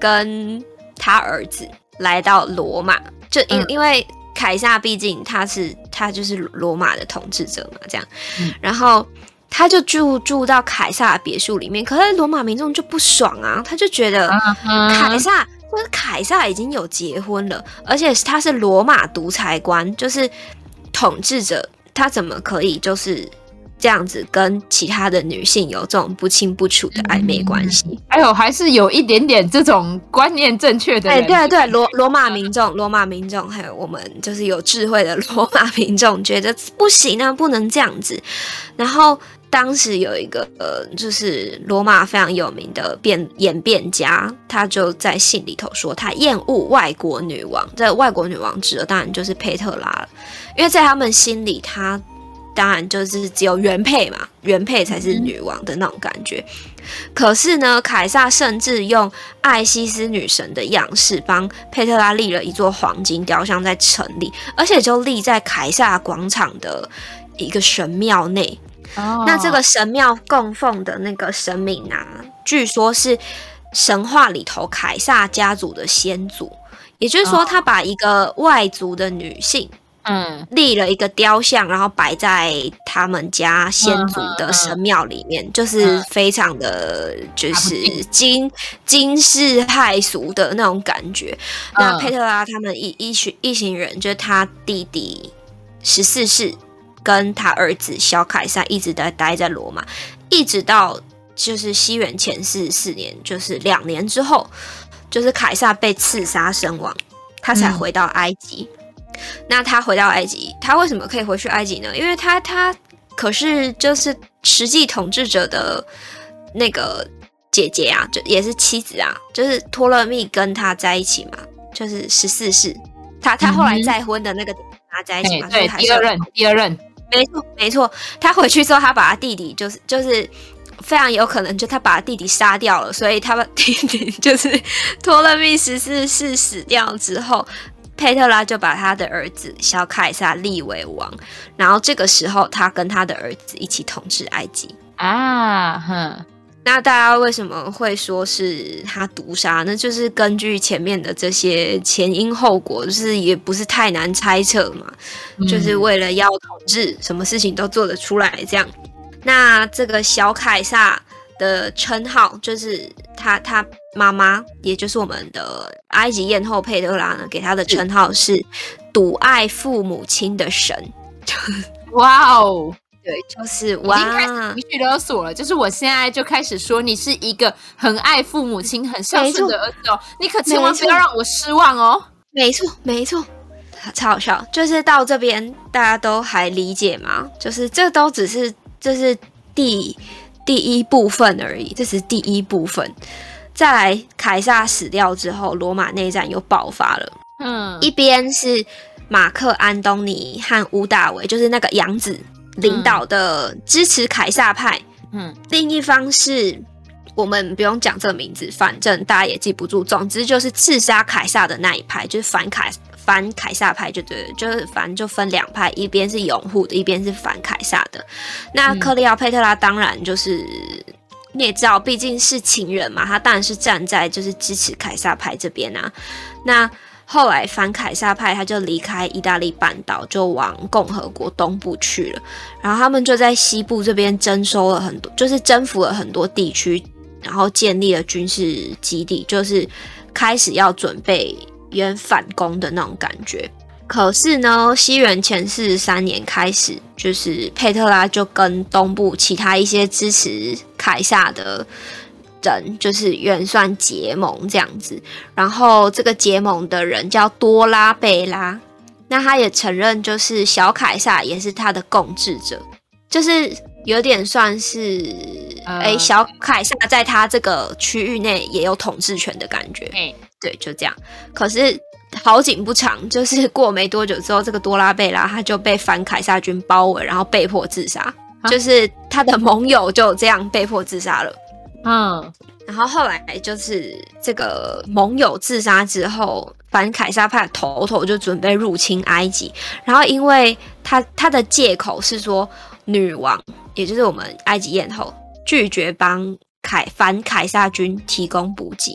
跟他儿子来到罗马，就因、嗯、因为凯撒毕竟他是他就是罗马的统治者嘛，这样，嗯、然后他就住住到凯撒的别墅里面，可是罗马民众就不爽啊，他就觉得凯撒。就是凯撒已经有结婚了，而且他是罗马独裁官，就是统治者，他怎么可以就是这样子跟其他的女性有这种不清不楚的暧昧关系？ 哎呦，还是有一点点这种观念正确的人。 哎，对对，罗罗马民众，罗马民众，还有我们就是有智慧的罗马民众，觉得不行啊，不能这样子。然后当时有一个呃，就是罗马非常有名的辩演辩家，他就在信里头说，他厌恶外国女王。这外国女王指的当然就是佩特拉了，因为在他们心里，她当然就是只有原配嘛，原配才是女王的那种感觉。可是呢，凯撒甚至用艾西斯女神的样式帮佩特拉立了一座黄金雕像在城里，而且就立在凯撒广场的一个神庙内。Oh. 那这个神庙供奉的那个神明啊，据说是神话里头凯撒家族的先祖，也就是说，他把一个外族的女性，嗯，立了一个雕像，然后摆在他们家先祖的神庙里面，嗯、就是非常的，就是惊惊世骇俗的那种感觉。嗯、那佩特拉他们一一群一行人，就是他弟弟十四世。跟他儿子小凯撒一直在待在罗马，一直到就是西元前四十四年，就是两年之后，就是凯撒被刺杀身亡，他才回到埃及。嗯、那他回到埃及，他为什么可以回去埃及呢？因为他他可是就是实际统治者的那个姐姐啊，就也是妻子啊，就是托勒密跟他在一起嘛，就是十四世，他他后来再婚的那个跟他在一起嘛， 对，第二任，第二任。 没错，没错。他回去之后，他把他弟弟就是就是非常有可能就他把他弟弟杀掉了，所以他把弟弟就是托勒密十四世死掉之后，佩特拉就把他的儿子小凯撒立为王，然后这个时候他跟他的儿子一起统治埃及啊，哼。 那大家为什么会说是他毒杀呢？就是根据前面的这些前因后果，就是也不是太难猜测嘛，嗯、就是为了要统治，什么事情都做得出来这样。那这个小凯撒的称号，就是他他妈妈，也就是我们的埃及艳后佩特拉呢，给他的称号是笃爱父母亲的神。 哇哦！ 对，就是哇， 已经开始情绪勒索了。就是我现在就开始说，你是一个很爱父母亲、很孝顺的儿子哦，你可千万不要让我失望哦。 没错，没错，超好笑。就是到这边，大家都还理解吗？就是这都只是这是第第一部分而已，这是第一部分。再来，凯撒死掉之后，罗马内战又爆发了。嗯，一边是马克安东尼和屋大维，就是那个养子。领导的支持凯撒派，嗯，另一方是我们不用讲这个名字，反正大家也记不住。总之就是刺杀凯撒的那一派，就是反凯反凯撒派，就对了，就是反正就分两派，一边是拥护的，一边是反凯撒的。那克利奥佩特拉当然就是你也知道，毕竟是情人嘛，他当然是站在就是支持凯撒派这边啊。那后来反凯撒派他就离开意大利半岛，就往共和国东部去了。然后他们就在西部这边征收了很多，就是征服了很多地区，然后建立了军事基地，就是开始要准备有点反攻的那种感觉。可是呢，西元前四十三年开始，就是佩特拉就跟东部其他一些支持凯撒的人就是原算结盟这样子，然后这个结盟的人叫多拉贝拉，那他也承认就是小凯撒也是他的共治者，就是有点算是哎、呃欸，小凯撒在他这个区域内也有统治权的感觉， 欸、 对，就这样。可是好景不长，就是过没多久之后，这个多拉贝拉他就被反凯撒军包围，然后被迫自杀，就是他的盟友就这样被迫自杀了。嗯，然后后来就是这个盟友自杀之后，反凯撒派头头就准备入侵埃及，然后因为他他的借口是说女王，也就是我们埃及艳后拒绝帮凯反凯撒军提供补给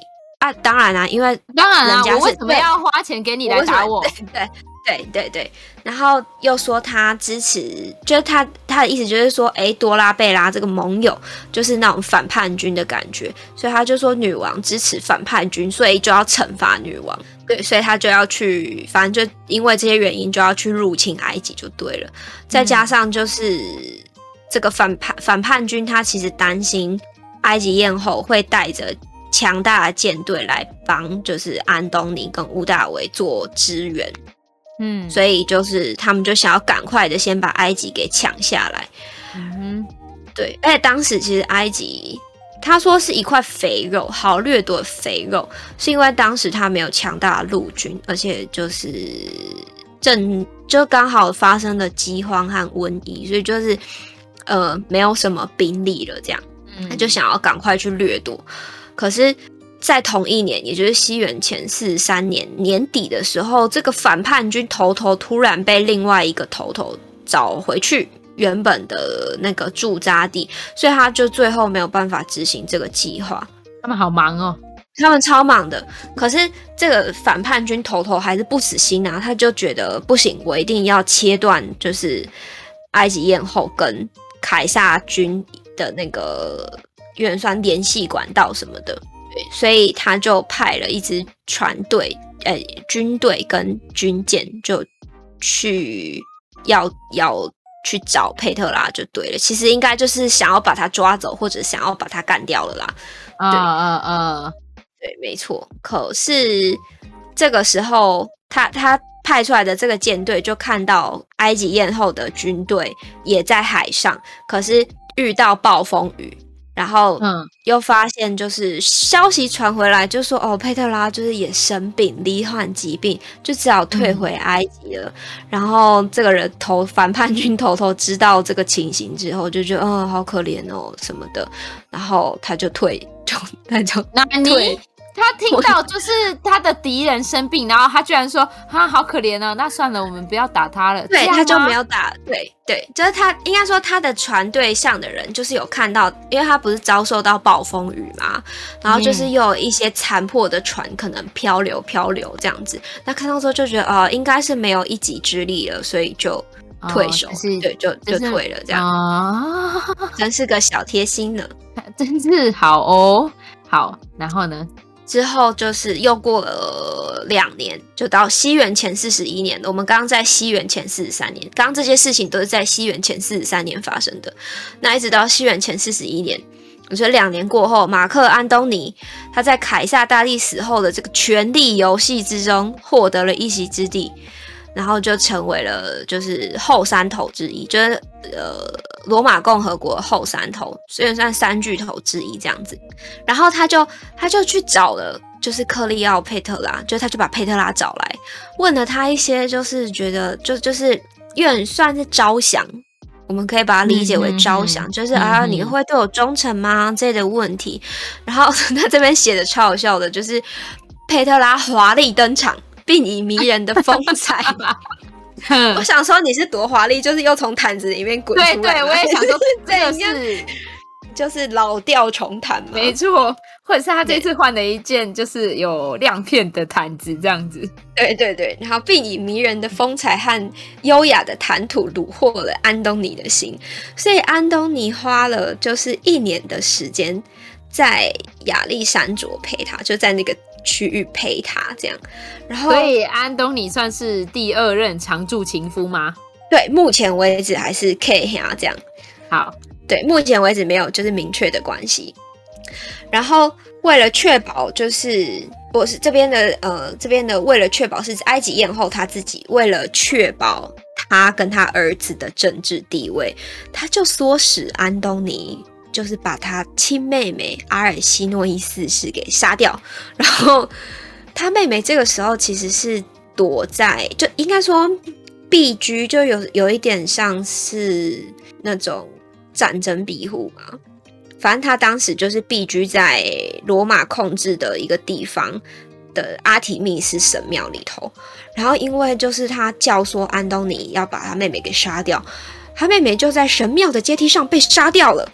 啊，当然啊，因为当然啊， 人家是我为什么要花钱给你来打我？ 对对对对对，然后又说他支持，就是他他的意思就是说，哎，多拉贝拉这个盟友就是那种反叛军的感觉，所以他就说女王支持反叛军，所以就要惩罚女王。对，所以他就要去，反正就因为这些原因就要去入侵埃及就对了。再加上就是这个反叛反叛军，他其实担心埃及艳后会带着强大的舰队来帮，就是安东尼跟屋大维做支援。嗯，所以就是他们就想要赶快的先把埃及给抢下来。嗯哼，对，而且当时其实埃及他说是一块肥肉，好掠夺的肥肉，是因为当时他没有强大的陆军，而且就是正就刚好发生了饥荒和瘟疫，所以就是呃没有什么兵力了，这样他就想要赶快去掠夺。可是在同一年，也就是西元前四十三年年底的时候，这个反叛军头头突然被另外一个头头找回去原本的那个驻扎地，所以他就最后没有办法执行这个计划。 他们好忙哦， 他们超忙的。可是这个反叛军头头还是不死心啊，他就觉得不行，我一定要切断就是埃及艳后跟凯撒军的那个有点算联系管道什么的。所以他就派了一支船队、呃，军队跟军舰，就去要要去找佩特拉就对了。其实应该就是想要把他抓走，或者想要把他干掉了啦。 啊啊啊！ 对，没错。可是这个时候，他他派出来的这个舰队就看到埃及艳后的军队也在海上，可是遇到暴风雨。然后又发现就是消息传回来就说哦佩特拉就是也生病罹患疾病，就只好退回埃及了。嗯、然后这个人头反叛军头头知道这个情形之后就觉得哦好可怜哦什么的，然后他就退就他就那你他听到就是他的敌人生病，然后他居然说啊好可怜哦，那算了我们不要打他了。 对，他就没有打。对对，就是他应该说他的船队上的人就是有看到，因为他不是遭受到暴风雨嘛，然后就是又有一些残破的船可能漂流漂流这样子，那看到之后就觉得呃应该是没有一己之力了，所以就退守。哦、对，就就退了这样。啊、哦，真是个小贴心呢， 真是好哦。好，然后呢？ 之后就是又过了两年，就到西元前四十一年了。我们刚刚在西元前四十三年，刚刚这些事情都是在西元前四十三年发生的。那一直到西元前四十一年，我觉得两年过后，马克安东尼他在凯撒大帝死后的这个权力游戏之中获得了一席之地，然后就成为了就是后三头之一，就是呃罗马共和国后三头，虽然算三巨头之一这样子。然后他就他就去找了就是克利奥佩特拉，就他就把佩特拉找来，问了他一些就是觉得就就是有点算是招降，我们可以把它理解为招降，嗯、就是啊、嗯、你会对我忠诚吗这类的问题。然后他这边写的超好笑的，就是佩特拉华丽登场，并以迷人的风采。我想说你是多华丽，就是又从毯子里面滚出来。 对对，我也想说这个是就是老调重弹嘛。 没错，或者是他这次换了一件就是有亮片的毯子这样子。 对对对，然后并以迷人的风采和优雅的谈吐虏获了安东尼的心，所以安东尼花了就是一年的时间在亚历山卓陪他，就在那个区域陪他这样。然后所以安东尼算是第二任常驻情夫吗？ 对，目前为止还是 K 呀这样。 好， 对，目前为止没有就是明确的关系。然后为了确保就是我是这边的呃这边的为了确保是埃及艳后他自己为了确保他跟他儿子的政治地位，他就唆使安东尼就是把他亲妹妹阿尔西诺伊四世给杀掉。然后他妹妹这个时候其实是躲在就应该说避居，就有有一点像是那种战争庇护嘛。反正他当时就是避居在罗马控制的一个地方的阿提密斯神庙里头。然后因为就是他教唆安东尼要把他妹妹给杀掉，他妹妹就在神庙的阶梯上被杀掉了。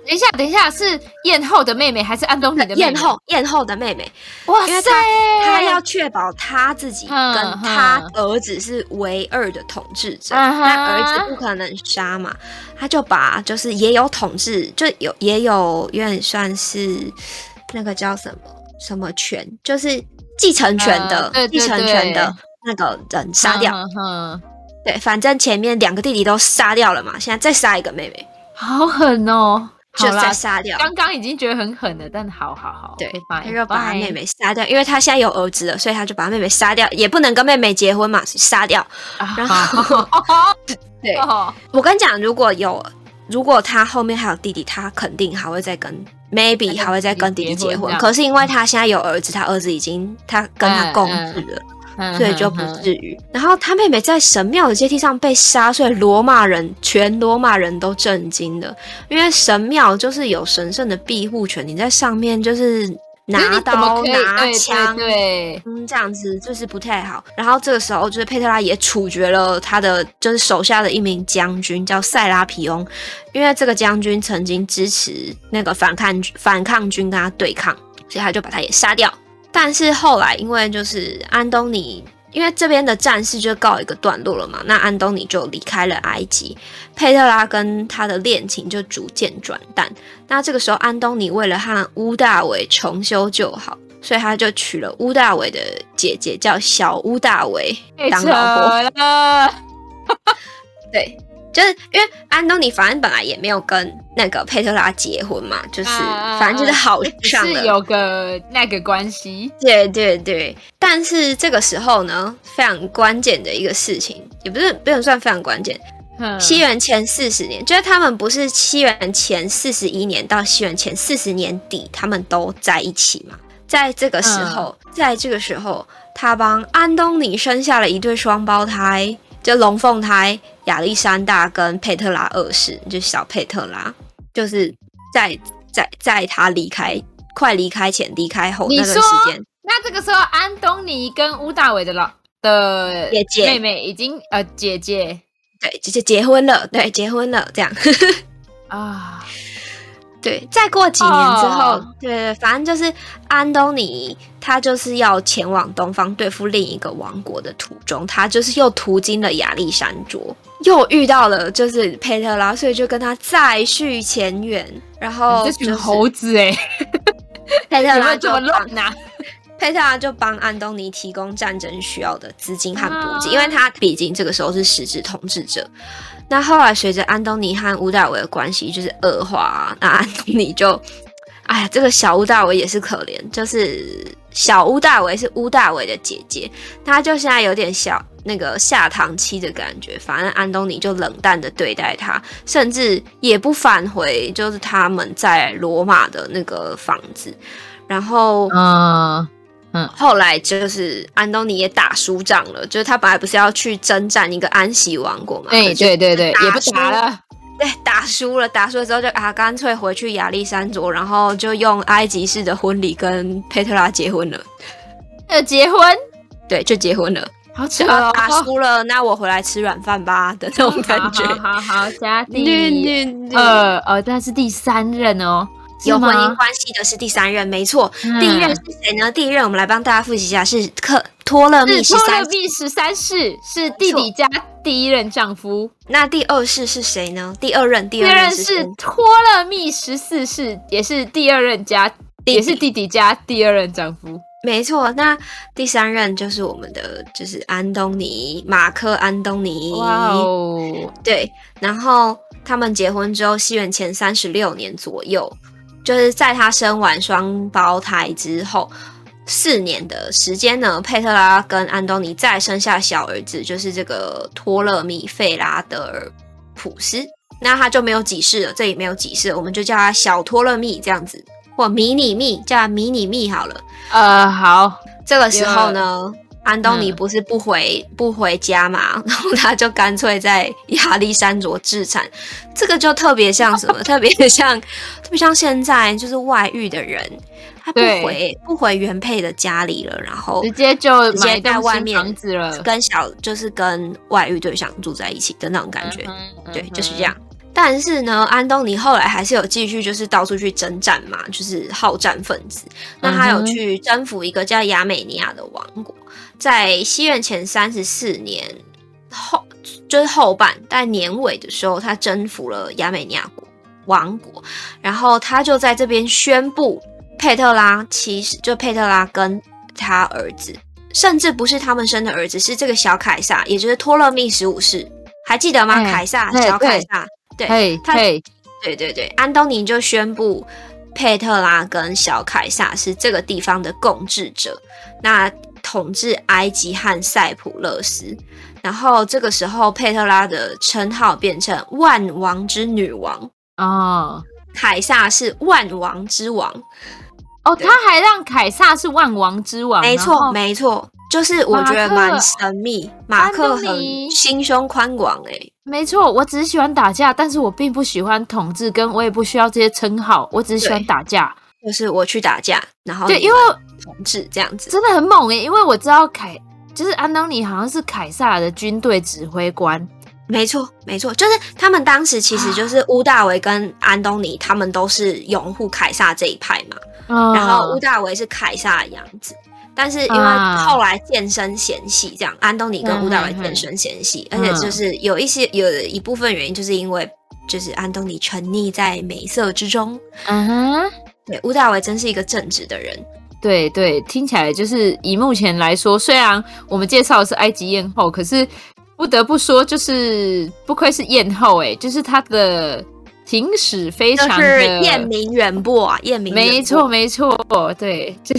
等一下，等一下，是艳后的妹妹还是安东尼的妹妹？ 艳后，艳后的妹妹。 哇塞！ 因为他他要确保他自己跟他儿子是唯二的统治者， 嗯、 那儿子不可能杀嘛，他就把就是也有统治，就有也有有点算是那个叫什么什么权，就是继承权的、 呃、 继承权的那个人杀掉。 嗯嗯、 对，反正前面两个弟弟都杀掉了嘛，现在再杀一个妹妹， 好狠哦！ 就再杀掉。 刚刚已经觉得很狠了，但好好好， 对， 他就把他妹妹杀掉，因为他现在有儿子了，所以他就把他妹妹杀掉，也不能跟妹妹结婚嘛，杀掉。 啊、 然后，对，哦、我跟你讲，如果有，如果他后面还有弟弟，他肯定还会再跟 ，maybe 还会再跟弟弟结婚。可是因为他现在有儿子，他儿子已经他跟他共治了。嗯嗯所以就不至于。然后他妹妹在神庙的阶梯上被杀，所以罗马人全罗马人都震惊了，因为神庙就是有神圣的庇护权，你在上面就是拿刀拿枪， 对， 嗯，这样子就是不太好。然后这个时候就是佩特拉也处决了他的就是手下的一名将军叫塞拉皮翁，因为这个将军曾经支持那个反抗反抗军跟他对抗，所以他就把他也杀掉。但是后来因为就是安东尼，因为这边的战事就告一个段落了嘛，那安东尼就离开了埃及，佩特拉跟他的恋情就逐渐转淡。那这个时候安东尼为了和乌大维重修旧好，所以他就娶了乌大维的姐姐叫小乌大维当老婆。对，就是因为安东尼反正本来也没有跟那个佩特拉结婚嘛，就是反正就是好上了， 是有个那个关系。 对对对，但是这个时候呢，非常关键的一个事情，也不是不能算非常关键。西元前四十年，就是他们不是西元前四十一年到西元前四十年底，他们都在一起嘛。在这个时候，嗯、在这个时候，他帮安东尼生下了一对双胞胎，就龙凤胎亚历山大跟佩特拉二世，就小佩特拉，就是在在在他离开快离开前、离开后那段时间。 那这个时候，安东尼跟乌大维的老的姐姐妹妹已经呃姐姐。 对，姐姐结婚了，对，结婚了，这样啊，对，再过几年之后，哦、对，反正就是安东尼他就是要前往东方对付另一个王国的途中，他就是又途经了亚历山卓，又遇到了就是佩特拉，所以就跟他再续前缘，然后、就是、 这群猴子哎、欸， 佩特拉就怎么乱拿？ 佩特拉就帮安东尼提供战争需要的资金和补给，因为他毕竟这个时候是实质统治者。那后来随着安东尼和乌大维的关系就是恶化、啊，那安东尼就，哎呀，这个小乌大维也是可怜，就是小乌大维是乌大维的姐姐，她就现在有点小那个下堂妻的感觉，反正安东尼就冷淡的对待她，甚至也不返回就是他们在罗马的那个房子，然后嗯。嗯，后来就是安东尼也打输仗了，就是他本来不是要去征战一个安息王国嘛？ 对对对对，也不打了， 对，打输了，打输了之后就啊，干脆回去亚历山卓，然后就用埃及式的婚礼跟佩特拉结婚了。 呃，结婚？ 对，就结婚了。 好扯哦！ 打输了，那我回来吃软饭吧的那种感觉。 好好 好, 好，加第呃呃，但是第三任哦。 有婚姻关系的是第三任，没错。嗯、第一任是谁呢？第一任我们来帮大家复习一下，是克托勒密十三世。 托勒密十三世是弟弟家第一任丈夫。 那第二世是谁呢？第二任，第二任是托勒密十四世，也是第二任家，也是弟弟家第二任丈夫。 没错，那第三任就是我们的，就是安东尼，马克安东尼。 哇哦， 对，然后他们结婚之后，西元前三十六年左右。就是在他生完双胞胎之后四年的时间呢，佩特拉跟安东尼再生下小儿子，就是这个托勒密费拉德尔普斯。那他就没有几世了，这里没有几世了，我们就叫他小托勒密这样子，或迷你密，叫他迷你密好了。 呃，好， 这个时候呢，安东尼不是不回、嗯、不回家嘛，然后他就干脆在亚历山卓置产。这个就特别像什么？特别像，特别像现在就是外遇的人，他不回不回原配的家里了，然后直接就直接在外面房子了， 跟小就是跟外遇对象住在一起的那种感觉。嗯嗯、对，就是这样。 但是呢，安东尼后来还是有继续就是到处去征战嘛，就是好战分子。那他有去征服一个叫亚美尼亚的王国，在西元前三十四年后，就是后半在年尾的时候，他征服了亚美尼亚国王国，然后他就在这边宣布佩特拉其实就佩特拉跟他儿子，甚至不是他们生的儿子，是这个小凯撒，也就是托勒密十五世，还记得吗？欸、凯撒，小凯撒。对，他对对对，安东尼就宣布佩特拉跟小凯撒是这个地方的共治者，那统治埃及和塞浦路斯。然后这个时候，佩特拉的称号变成万王之女王哦，凯撒是万王之王哦，他还让凯撒是万王之王， 没错没错。就是我觉得蛮神秘，马克很心胸宽广哎、欸， 没错，我只是喜欢打架，但是我并不喜欢统治，跟我也不需要这些称号，我只是喜欢打架。 就是我去打架，然后对，因为统治这样子， 真的很猛哎、欸，因为我知道凯就是安东尼好像是凯撒的军队指挥官。 没错，没错，就是他们当时其实就是乌大维跟安东尼，他们都是拥护凯撒这一派嘛，嗯、然后乌大维是凯撒的养子。但是因为后来渐生嫌隙，这样、啊、安东尼跟乌大维渐生嫌隙、嗯，而且就是有一些有一部分原因，就是因为就是安东尼沉溺在美色之中。嗯哼，对，乌大维真是一个正直的人。 对对，听起来就是以目前来说，虽然我们介绍的是埃及艳后，可是不得不说，就是不愧是艳后、欸，哎，就是她的情史非常的就是艳名远播啊，艳名远播， 没错没错，对，就是。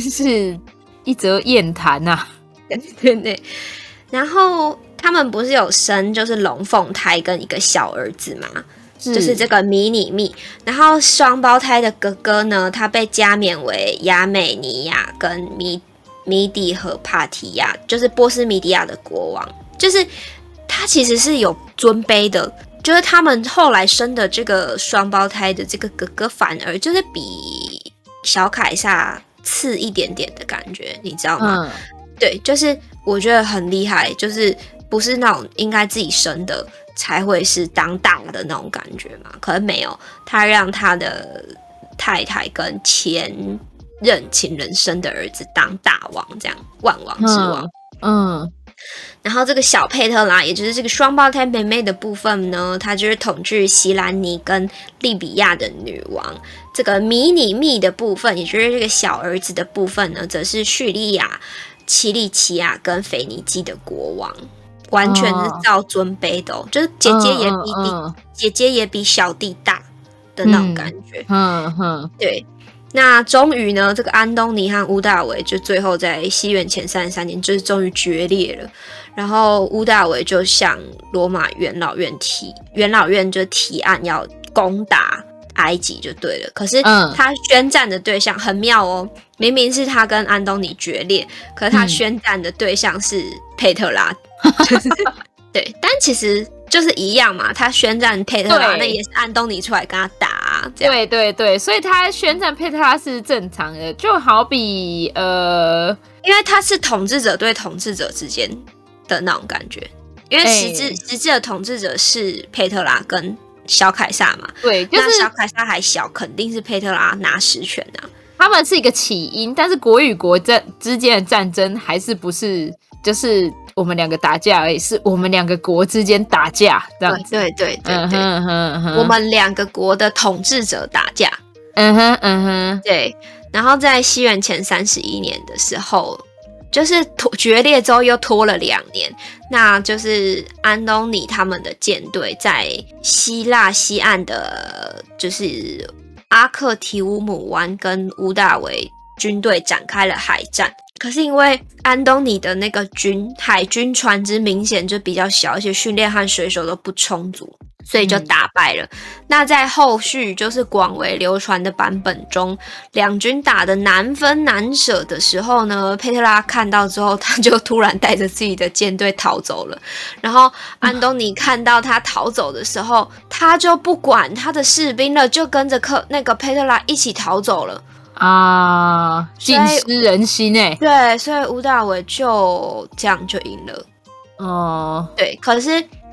一则艳谈呐、啊， 对对对。然后他们不是有生就是龙凤胎跟一个小儿子嘛，是就是这个迷你密。然后双胞胎的哥哥呢，他被加冕为亚美尼亚跟米米底和帕提亚，就是波斯米底亚的国王。就是他其实是有尊卑的，就是他们后来生的这个双胞胎的这个哥哥，反而就是比小凯撒次一点点的感觉，你知道吗？嗯、对，就是我觉得很厉害，就是不是那种应该自己生的才会是当大的那种感觉嘛？可能没有，他让他的太太跟前任情人生的儿子当大王，这样万王之王。嗯。嗯然后这个小佩特拉，也就是这个双胞胎妹妹的部分呢，她就是统治西兰尼跟利比亚的女王。这个迷你密的部分，也就是这个小儿子的部分呢，则是叙利亚、奇里奇亚跟腓尼基的国王，完全是照尊卑的、哦，就是姐姐也比弟、嗯嗯、姐姐也比小弟大的那种感觉。嗯嗯，嗯对。那终于呢，这个安东尼和乌大维就最后在西元前三十三年，就是终于决裂了。然后乌大维就向罗马元老院提，元老院就提案要攻打埃及就对了。可是他宣战的对象很妙哦，明明是他跟安东尼决裂，可是他宣战的对象是佩特拉。嗯、对，但其实就是一样嘛，他宣战佩特拉，那也是安东尼出来跟他打、啊，这样对对对，所以他宣战佩特拉是正常的，就好比呃， 因为他是统治者对统治者之间的那种感觉，因为实质、欸、实质的统治者是佩特拉跟小凯撒嘛， 对，就是那小凯撒还小，肯定是佩特拉拿实权啊。 他们是一个起因，但是国与国战之间的战争还是不是就是我们两个打架而已，是我们两个国之间打架这样子。 对对对对对，嗯哼嗯哼，我们两个国的统治者打架。 嗯哼嗯哼， 对。然后在西元前三十一年的时候，就是决裂之后又拖了两年，那就是安东尼他们的舰队在希腊西岸的，就是阿克提乌姆湾跟乌大维军队展开了海战。可是因为安东尼的那个军海军船只明显就比较小，而且训练和水手都不充足，所以就打败了、嗯、那在后续就是广为流传的版本中，两军打得难分难舍的时候呢，佩特拉看到之后，他就突然带着自己的舰队逃走了。然后安东尼看到他逃走的时候、嗯、他就不管他的士兵了，就跟着那个佩特拉一起逃走了啊，尽失人心哎、欸！ 对，所以乌大维就这样就赢了。哦，对，可是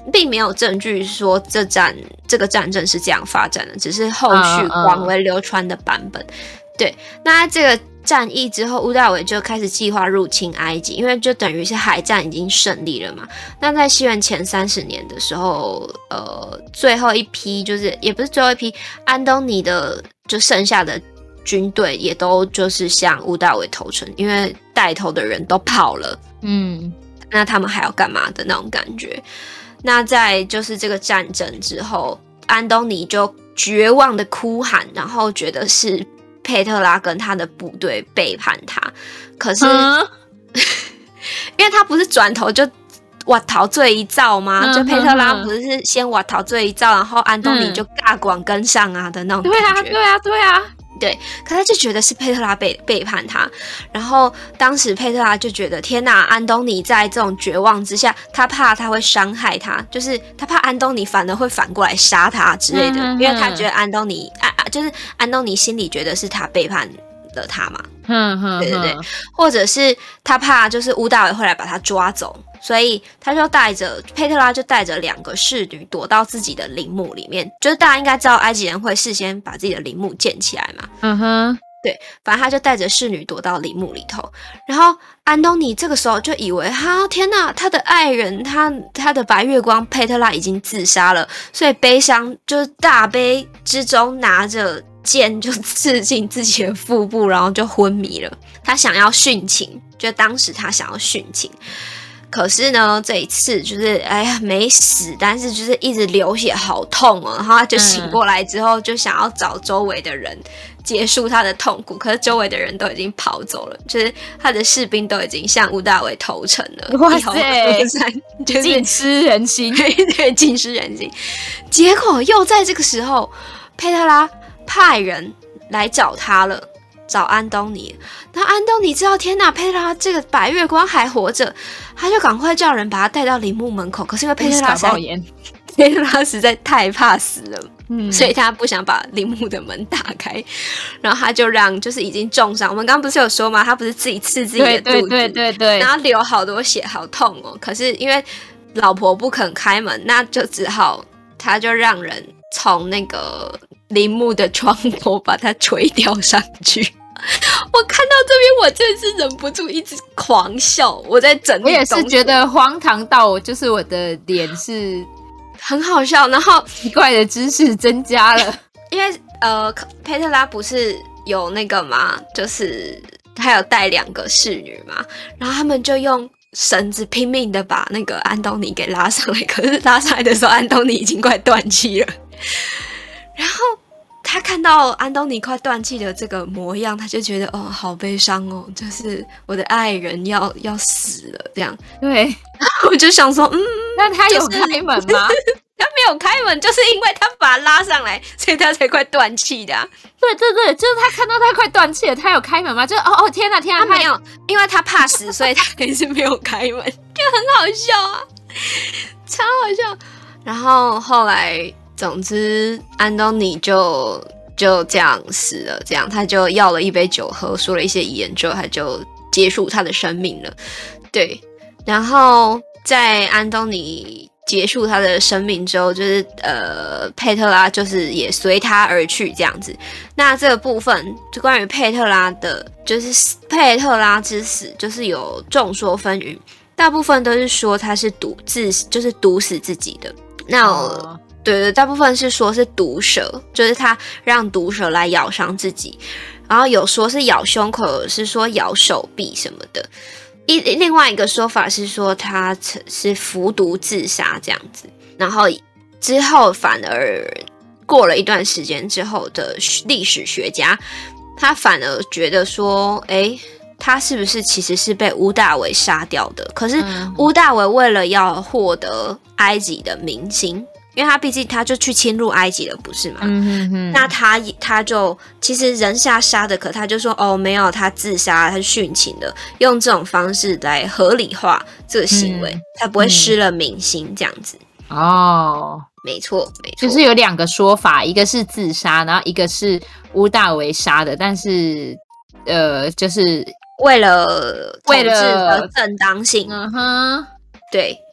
并没有证据说这战这个战争是这样发展的，只是后续广为流传的版本。Uh, uh. 对，那这个战役之后，屋大维就开始计划入侵埃及，因为就等于是海战已经胜利了嘛。那在西元前三十年的时候，呃，最后一批就是也不是最后一批，安东尼的就剩下的军队也都就是向屋大维投诚，因为带头的人都跑了，嗯，那他们还要干嘛的那种感觉。那在就是这个战争之后，安东尼就绝望的哭喊，然后觉得是佩特拉跟他的部队背叛他，可是、嗯、因为他不是转头就挖逃罪一造吗、嗯、就佩特拉不是先挖逃罪一造、嗯、然后安东尼就尬广跟上啊的那种感觉。 对啊对啊对啊对，可他就觉得是佩特拉背背叛他，然后当时佩特拉就觉得天哪，安东尼在这种绝望之下，他怕他会伤害他，就是他怕安东尼反而会反过来杀他之类的，嗯、因为他觉得安东尼啊，就是安东尼心里觉得是他背叛了他嘛，嗯嗯，对对对，或者是他怕就是屋大维会来把他抓走，所以他就带着佩特拉就带着两个侍女躲到自己的陵墓里面，就是大家应该知道埃及人会事先把自己的陵墓建起来嘛，嗯哼，对，反正他就带着侍女躲到陵墓里头，然后安东尼这个时候就以为哈天哪，他的爱人他他的白月光佩特拉已经自杀了，所以悲伤就是大悲之中拿着剑就刺进自己的腹部，然后就昏迷了。他想要殉情，就当时他想要殉情，可是呢这一次就是哎呀没死，但是就是一直流血好痛哦，然后他就醒过来之后就想要找周围的人结束他的痛苦，可是周围的人都已经跑走了，就是他的士兵都已经向屋大维投诚了。 哇塞， 就是尽失人心， 对对，尽失人心。结果又在这个时候，佩特拉派人来找他了，找安东尼。然后安东尼知道天哪，佩特拉这个白月光还活着，他就赶快叫人把他带到陵墓门口。可是因为佩特拉实在佩特拉实在太怕死了，嗯，所以他不想把陵墓的门打开，然后他就让就是已经重伤，我们刚刚不是有说吗？他不是自己刺自己的肚子，对对对对对，然后流好多血，好痛哦。可是因为老婆不肯开门，那就只好他就让人从那个陵墓的窗口把它垂吊上去。我看到这边我真的是忍不住一直狂笑，我在整理， 我也是觉得荒唐到就是我的脸是很好笑，然后奇怪的知识增加了。 因为呃佩特拉不是有那个嘛，就是他有带两个侍女嘛，然后他们就用绳子拼命的把那个安东尼给拉上来，可是拉上来的时候安东尼已经快断气了，然后他看到安东尼快断气的这个模样，他就觉得哦好悲伤哦，就是我的爱人要要死了这样。 对， 然后我就想说嗯， 那他有开门吗？ 就是他没有开门，就是因为他把他拉上来，所以他才快断气的、啊。 对对对，就是他看到他快断气了，他有开门吗？就哦哦天哪天哪， 他没有，因为他怕死，所以他还是没有开门，就很好笑啊，超好笑。然后后来，总之安东尼就就这样死了，这样他就要了一杯酒喝，说了一些遗言之后，他就结束他的生命了。对，然后在安东尼结束他的生命之后，就是呃，佩特拉就是也随他而去这样子。那这个部分就关于佩特拉的，就是佩特拉之死，就是有众说纷纭，大部分都是说他是毒自，就是毒死自己的。那我、哦、对对，大部分是说是毒蛇，就是他让毒蛇来咬伤自己，然后有说是咬胸口，有是说咬手臂什么的。一另外一个说法是说他是服毒自杀这样子，然后之后反而过了一段时间之后的历史学家，他反而觉得说，诶，他是不是其实是被屋大维杀掉的？可是屋大维为了要获得埃及的民心，因为他毕竟他就去侵入埃及了，不是吗？嗯哼哼，那他他就其实人下杀的，可他就说哦没有，他自杀，他殉情的，用这种方式来合理化这个行为，嗯、他不会失了民心这样子。 哦， 没错没错， 就是有两个说法，一个是自杀，然后一个是屋大维杀的，但是呃，就是为了统治的正当性， 嗯哼， 对。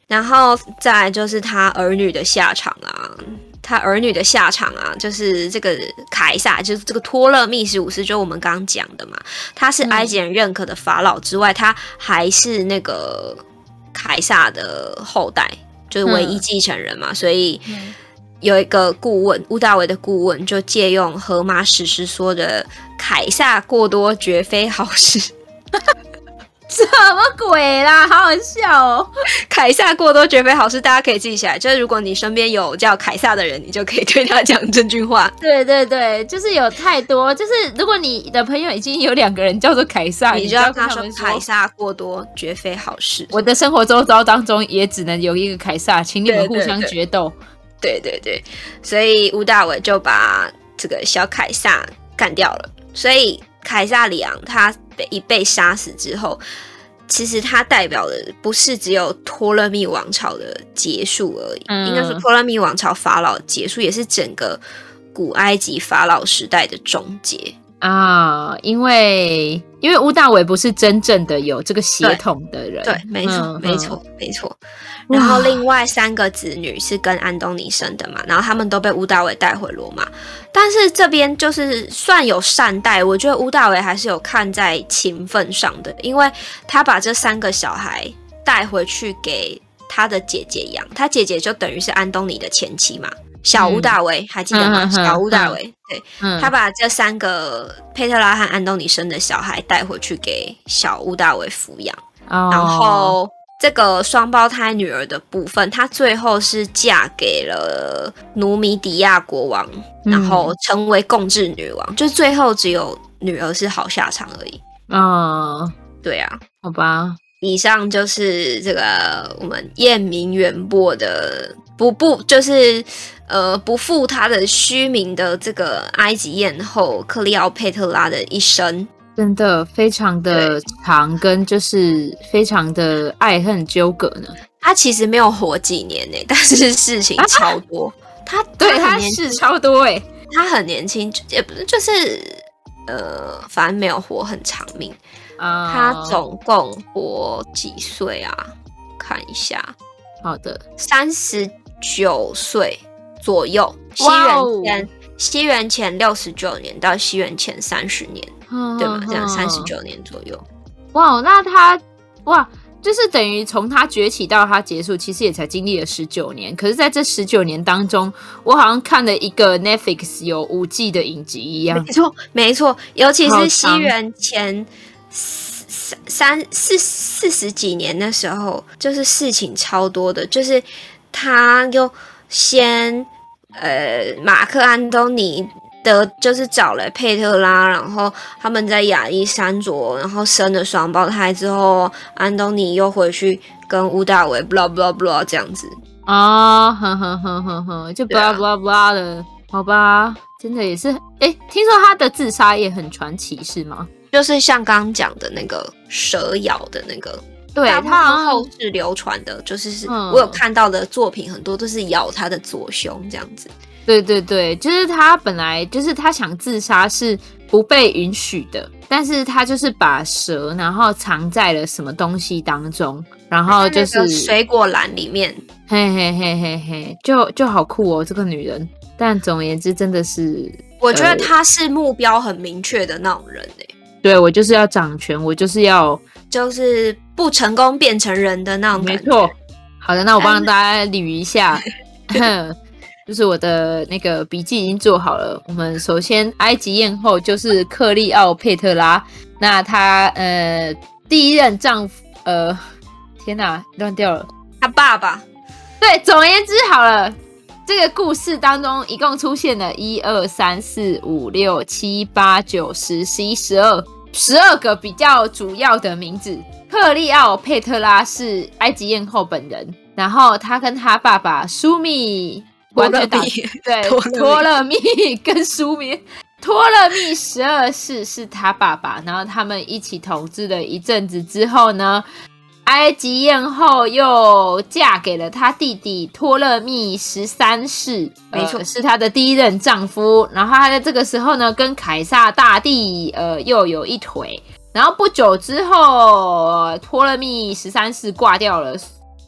然后再来就是他儿女的下场啊，他儿女的下场啊，就是这个凯撒，就是这个托勒密十五世，就我们刚刚讲的嘛，他是埃及人认可的法老之外，嗯、他还是那个凯撒的后代，就是唯一继承人嘛，嗯、所以有一个顾问，屋大维的顾问就借用荷马史诗说的“凯撒过多绝非好事”。 什么鬼啦，好好笑哦！ 凯撒过多绝非好事，大家可以记起来。就是如果你身边有叫凯撒的人，你就可以对他讲这句话。 对对对，就是有太多，就是如果你的朋友已经有两个人叫做凯撒， 你就要跟他说凯撒过多绝非好事。 我的生活周遭当中也只能有一个凯撒，请你们互相决斗。 对对 对, 对, 对，所以屋大维就把这个小凯撒干掉了。所以凯撒里昂他被一被杀死之后，其实他代表的不是只有托勒密王朝的结束而已，嗯、应该是托勒密王朝法老的结束，也是整个古埃及法老时代的终结啊！因为因为屋大维不是真正的有这个血统的人， 对，对没错、嗯，没错，没错。然后另外三个子女是跟安东尼生的嘛，然后他们都被屋大维带回罗马。但是这边就是算有善待，我觉得屋大维还是有看在情分上的，因为他把这三个小孩带回去给他的姐姐养，他姐姐就等于是安东尼的前妻嘛，小屋大维、嗯、还记得吗？嗯、小屋大维、嗯、对、嗯，他把这三个佩特拉和安东尼生的小孩带回去给小屋大维抚养、哦，然后。这个双胞胎女儿的部分，她最后是嫁给了努米底亚国王、嗯，然后成为共治女王，就最后只有女儿是好下场而已。 哦， 对啊， 好吧。 以上就是这个我们艳名远播的不不就是呃不负她的虚名的这个埃及艳后克利奥佩特拉的一生。 真的非常的长，跟就是非常的爱恨纠葛呢。 他其实没有活几年呢，但是事情超多。啊、他对他事超多哎， 他很年轻，也不是就是呃，反正没有活很长命。啊、他总共活几岁啊？看一下， 好的， 三十九岁左右。西元前，西元前六十九年到西元前三十年。对吗？这样三十九年左右。 哇，那他哇，就是等于从他崛起到他结束，其实也才经历了十九年。可是，在这十九年当中，我好像看了一个 Netflix 有五季的影集一样。 没错，没错，尤其是西元前三四四十几年的时候，就是事情超多的，就是他又先呃马克安东尼。的就是找了佩特拉，然后他们在亚历山卓，然后生了双胞胎之后，安东尼又回去跟屋大维 blah blah blah 这样子啊，呵呵呵呵呵，就 blah blah blah 的，好吧，真的也是，哎，听说他的自杀也很传奇，是吗？ 就是像刚刚讲的那个蛇咬的那个， 对， 他后世流传的，就是是、嗯、我有看到的作品很多都是咬他的左胸这样子。 对对对，就是他本来就是他想自杀是不被允许的，但是他就是把蛇然后藏在了什么东西当中，然后就是那个水果篮里面， 嘿嘿嘿嘿嘿，就就好酷哦，这个女人。但总而言之，真的是， 我觉得她是目标很明确的那种人哎、欸。 对，我就是要掌权，我就是要， 就是不成功变成人的那种感觉。 没错。好的，那我帮大家捋一下。就是我的那个笔记已经做好了。我们首先埃及艳后就是克利奥佩特拉，那她呃第一任丈夫呃天哪乱掉了， 她爸爸。 对，总而言之好了，这个故事当中一共出现了一二三四五六七八九十十一十二十二个比较主要的名字。克利奥佩特拉是埃及艳后本人，然后她跟她爸爸苏密。 托勒密， 对，托勒密跟苏密，托勒密十二世是他爸爸，然后他们一起统治了一阵子之后呢，埃及艳后又嫁给了他弟弟托勒密十三世， 没错、 呃，是他的第一任丈夫。然后他在这个时候呢，跟凯撒大帝呃又有一腿。然后不久之后，托勒密十三世挂掉了。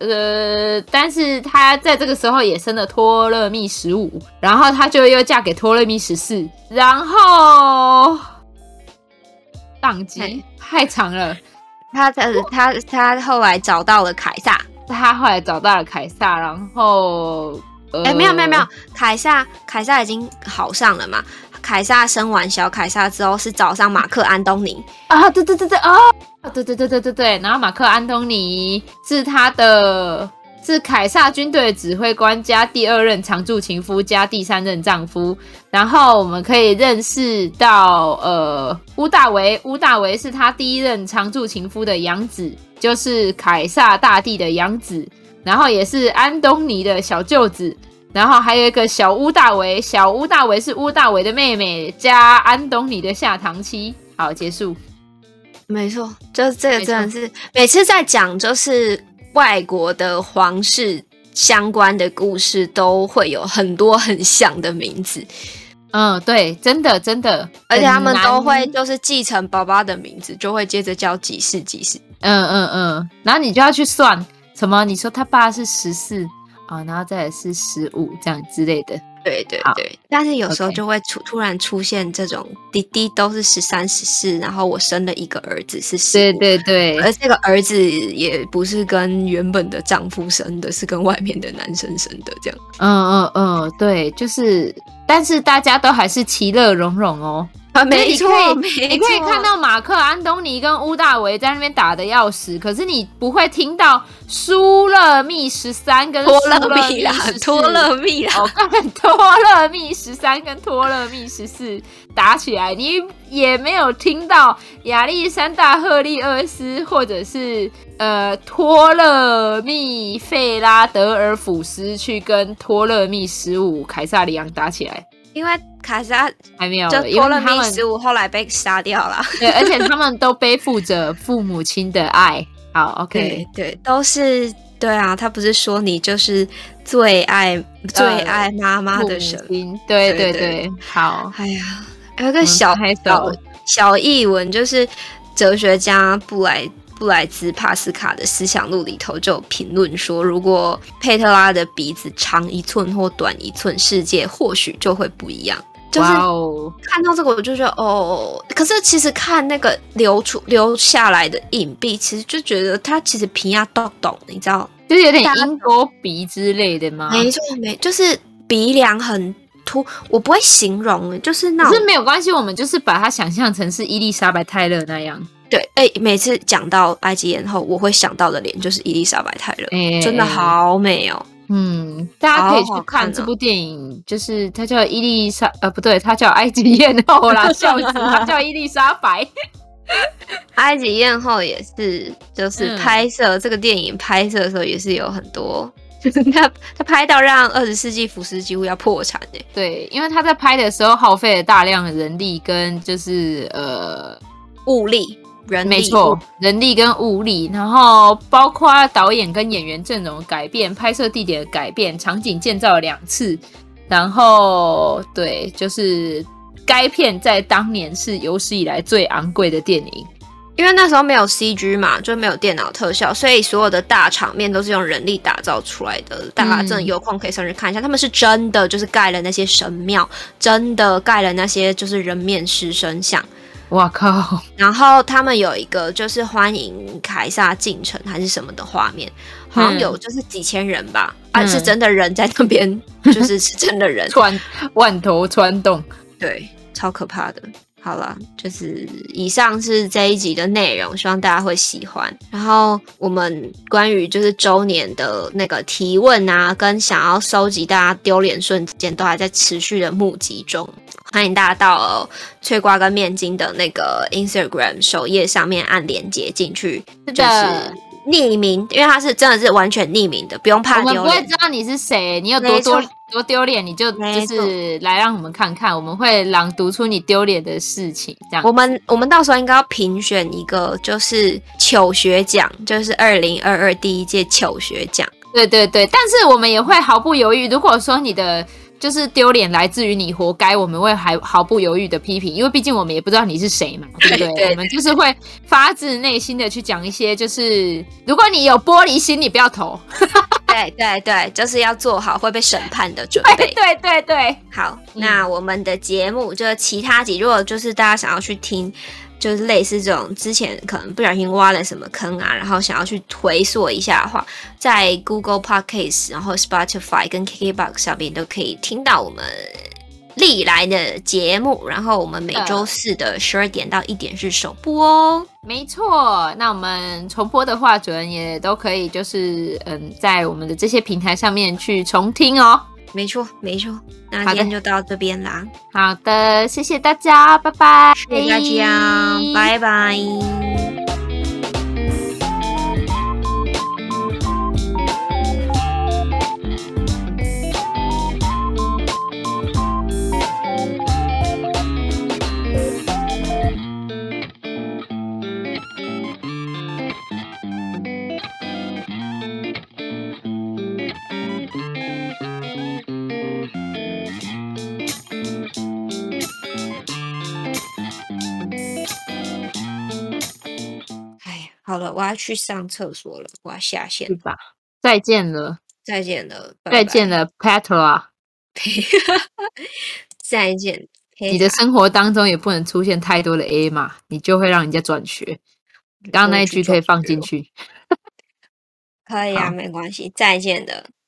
呃，但是他在这个时候也生了托勒密十五，然后他就又嫁给托勒密十四，然后宕机太长了。 他他他后来找到了凯撒， 他后来找到了凯撒，然后哎、呃，没有没有没有，凯撒凯撒已经好上了嘛。凯撒生完小凯撒之后，是找上马克安东尼啊，对对对对啊，对对对对对对，然后马克安东尼是他的，是凯撒军队的指挥官加第二任常驻情夫加第三任丈夫。然后我们可以认识到，呃，乌大维，乌大维是他第一任常驻情夫的养子，就是凯撒大帝的养子，然后也是安东尼的小舅子。然后还有一个小乌大维，小乌大维是乌大维的妹妹加安东尼的下堂妻。好，结束。 没错，就是这个真的是每次在讲就是外国的皇室相关的故事，都会有很多很像的名字。 嗯，对，真的真的， 而且他们都会就是继承爸爸的名字，就会接着叫几世几世。 嗯嗯嗯，然后你就要去算什么？你说他爸是十四。啊，然后再来是十五这样之类的， 对对对。但是有时候就会出、okay. 突然出现这种弟弟都是十三、十四，然后我生了一个儿子是十五， 对对对， 而这个儿子也不是跟原本的丈夫生的，是跟外面的男生生的，这样。 嗯嗯嗯，对，就是，但是大家都还是其乐融融哦。 啊，没错，没错， 你可以看到马克安东尼跟乌大维在那边打的要死，可是你不会听到苏勒密十三跟托勒密啦，托勒密啦， 哦，刚才托勒密十三跟托勒密十四打起来，你也没有听到亚历山大赫利俄斯或者是呃托勒密费拉德尔甫斯去跟托勒密十五凯撒里昂打起来。 因为凯撒还没有， 就托勒密十五后来被杀掉了。 对，而且他们都背负着父母亲的爱。好 ，OK， 对对，都是对啊。他不是说你就是最爱、呃、最爱妈妈的神？ 对对 对, 对，好。 哎呀，有一个小小小译文，就是哲学家布莱。布莱兹帕斯卡的思想录里头就有评论说，如果佩特拉的鼻子长一寸或短一寸，世界或许就会不一样。就是看到这个我就觉得哦，可是其实看那个流出流下来的硬币，其实就觉得它其实皮亚都懂，你知道， 就是有点鹰钩鼻之类的吗？ 没错，没就是鼻梁很凸，我不会形容，就是那种， 可是没有关系，我们就是把它想象成是伊丽莎白泰勒那样。 对，哎、欸，每次讲到埃及艳后，我会想到的脸就是伊丽莎白泰勒， 欸、 真的好美哦。 嗯，大家可以去看这部电影，哦、就是它叫伊丽莎，呃，不对，它叫埃及艳后啦，笑死，它叫伊丽莎白。 埃及艳后也是，就是拍摄、嗯、这个电影拍摄的时候也是有很多。就是他他拍到让二十世纪福斯几乎要破产哎。 对，因为他在拍的时候耗费了大量的人力跟就是呃物力。人力没错，人力跟物力，然后包括导演跟演员阵容的改变、拍摄地点的改变、场景建造了两次，然后对，就是该片在当年是有史以来最昂贵的电影。 因为那时候没有 C G 嘛，就没有电脑特效，所以所有的大场面都是用人力打造出来的。大家真的有空可以上去看一下，嗯、他们是真的就是盖了那些神庙，真的盖了那些就是人面狮身像。 哇靠！ 然后他们有一个就是欢迎凯撒进城还是什么的画面，好像有就是几千人吧，嗯、啊是真的人在那边，就是是真的人， 穿万头穿洞， 对，超可怕的。好啦，就是以上是这一集的内容，希望大家会喜欢。然后我们关于就是周年的那个提问啊，跟想要收集大家丢脸瞬间，都还在持续的募集中。欢迎大家到、呃、脆瓜跟面筋的那个 Instagram 首页上面按连结进去，就是匿名，因为它是真的是完全匿名的，不用怕丢脸。 我们不会知道你是谁，你有多多多丢脸，你就就是来让我们看看，我们会朗读出你丢脸的事情。这样， 我们我们到时候应该要评选一个就是糗学奖，就是二零二二第一届糗学奖。 对对对，但是我们也会毫不犹豫，如果说你的就是丢脸来自于你活该，我们会还毫不犹豫的批评，因为毕竟我们也不知道你是谁嘛，对不对？对，我们就是会发自内心的去讲一些，就是如果你有玻璃心，你不要投。 对对对，就是要做好会被审判的准备。 对对对对， 好，那我们的节目就是其他集，如果就是大家想要去听，就是类似这种之前可能不小心挖了什么坑啊，然后想要去回溯一下的话，在 Google Podcast 然后 Spotify 跟 K K B O X 上面都可以听到我们历来的节目，然后我们每周四的十二点到一点是首播哦。 没错，那我们重播的话，主人也都可以就是嗯，在我们的这些平台上面去重听哦。 没错没错，那今天就到这边啦。 好的，谢谢大家，拜拜。 谢谢大家，拜拜。好了，我要去上厕所了，我要下线了。 吧，再见了， 再见了，拜拜再见了 Petra 再见。 你的生活当中也不能出现太多的 A 嘛，你就会让人家转学。刚刚那一句可以放进去。 可以啊，没关系。再见的。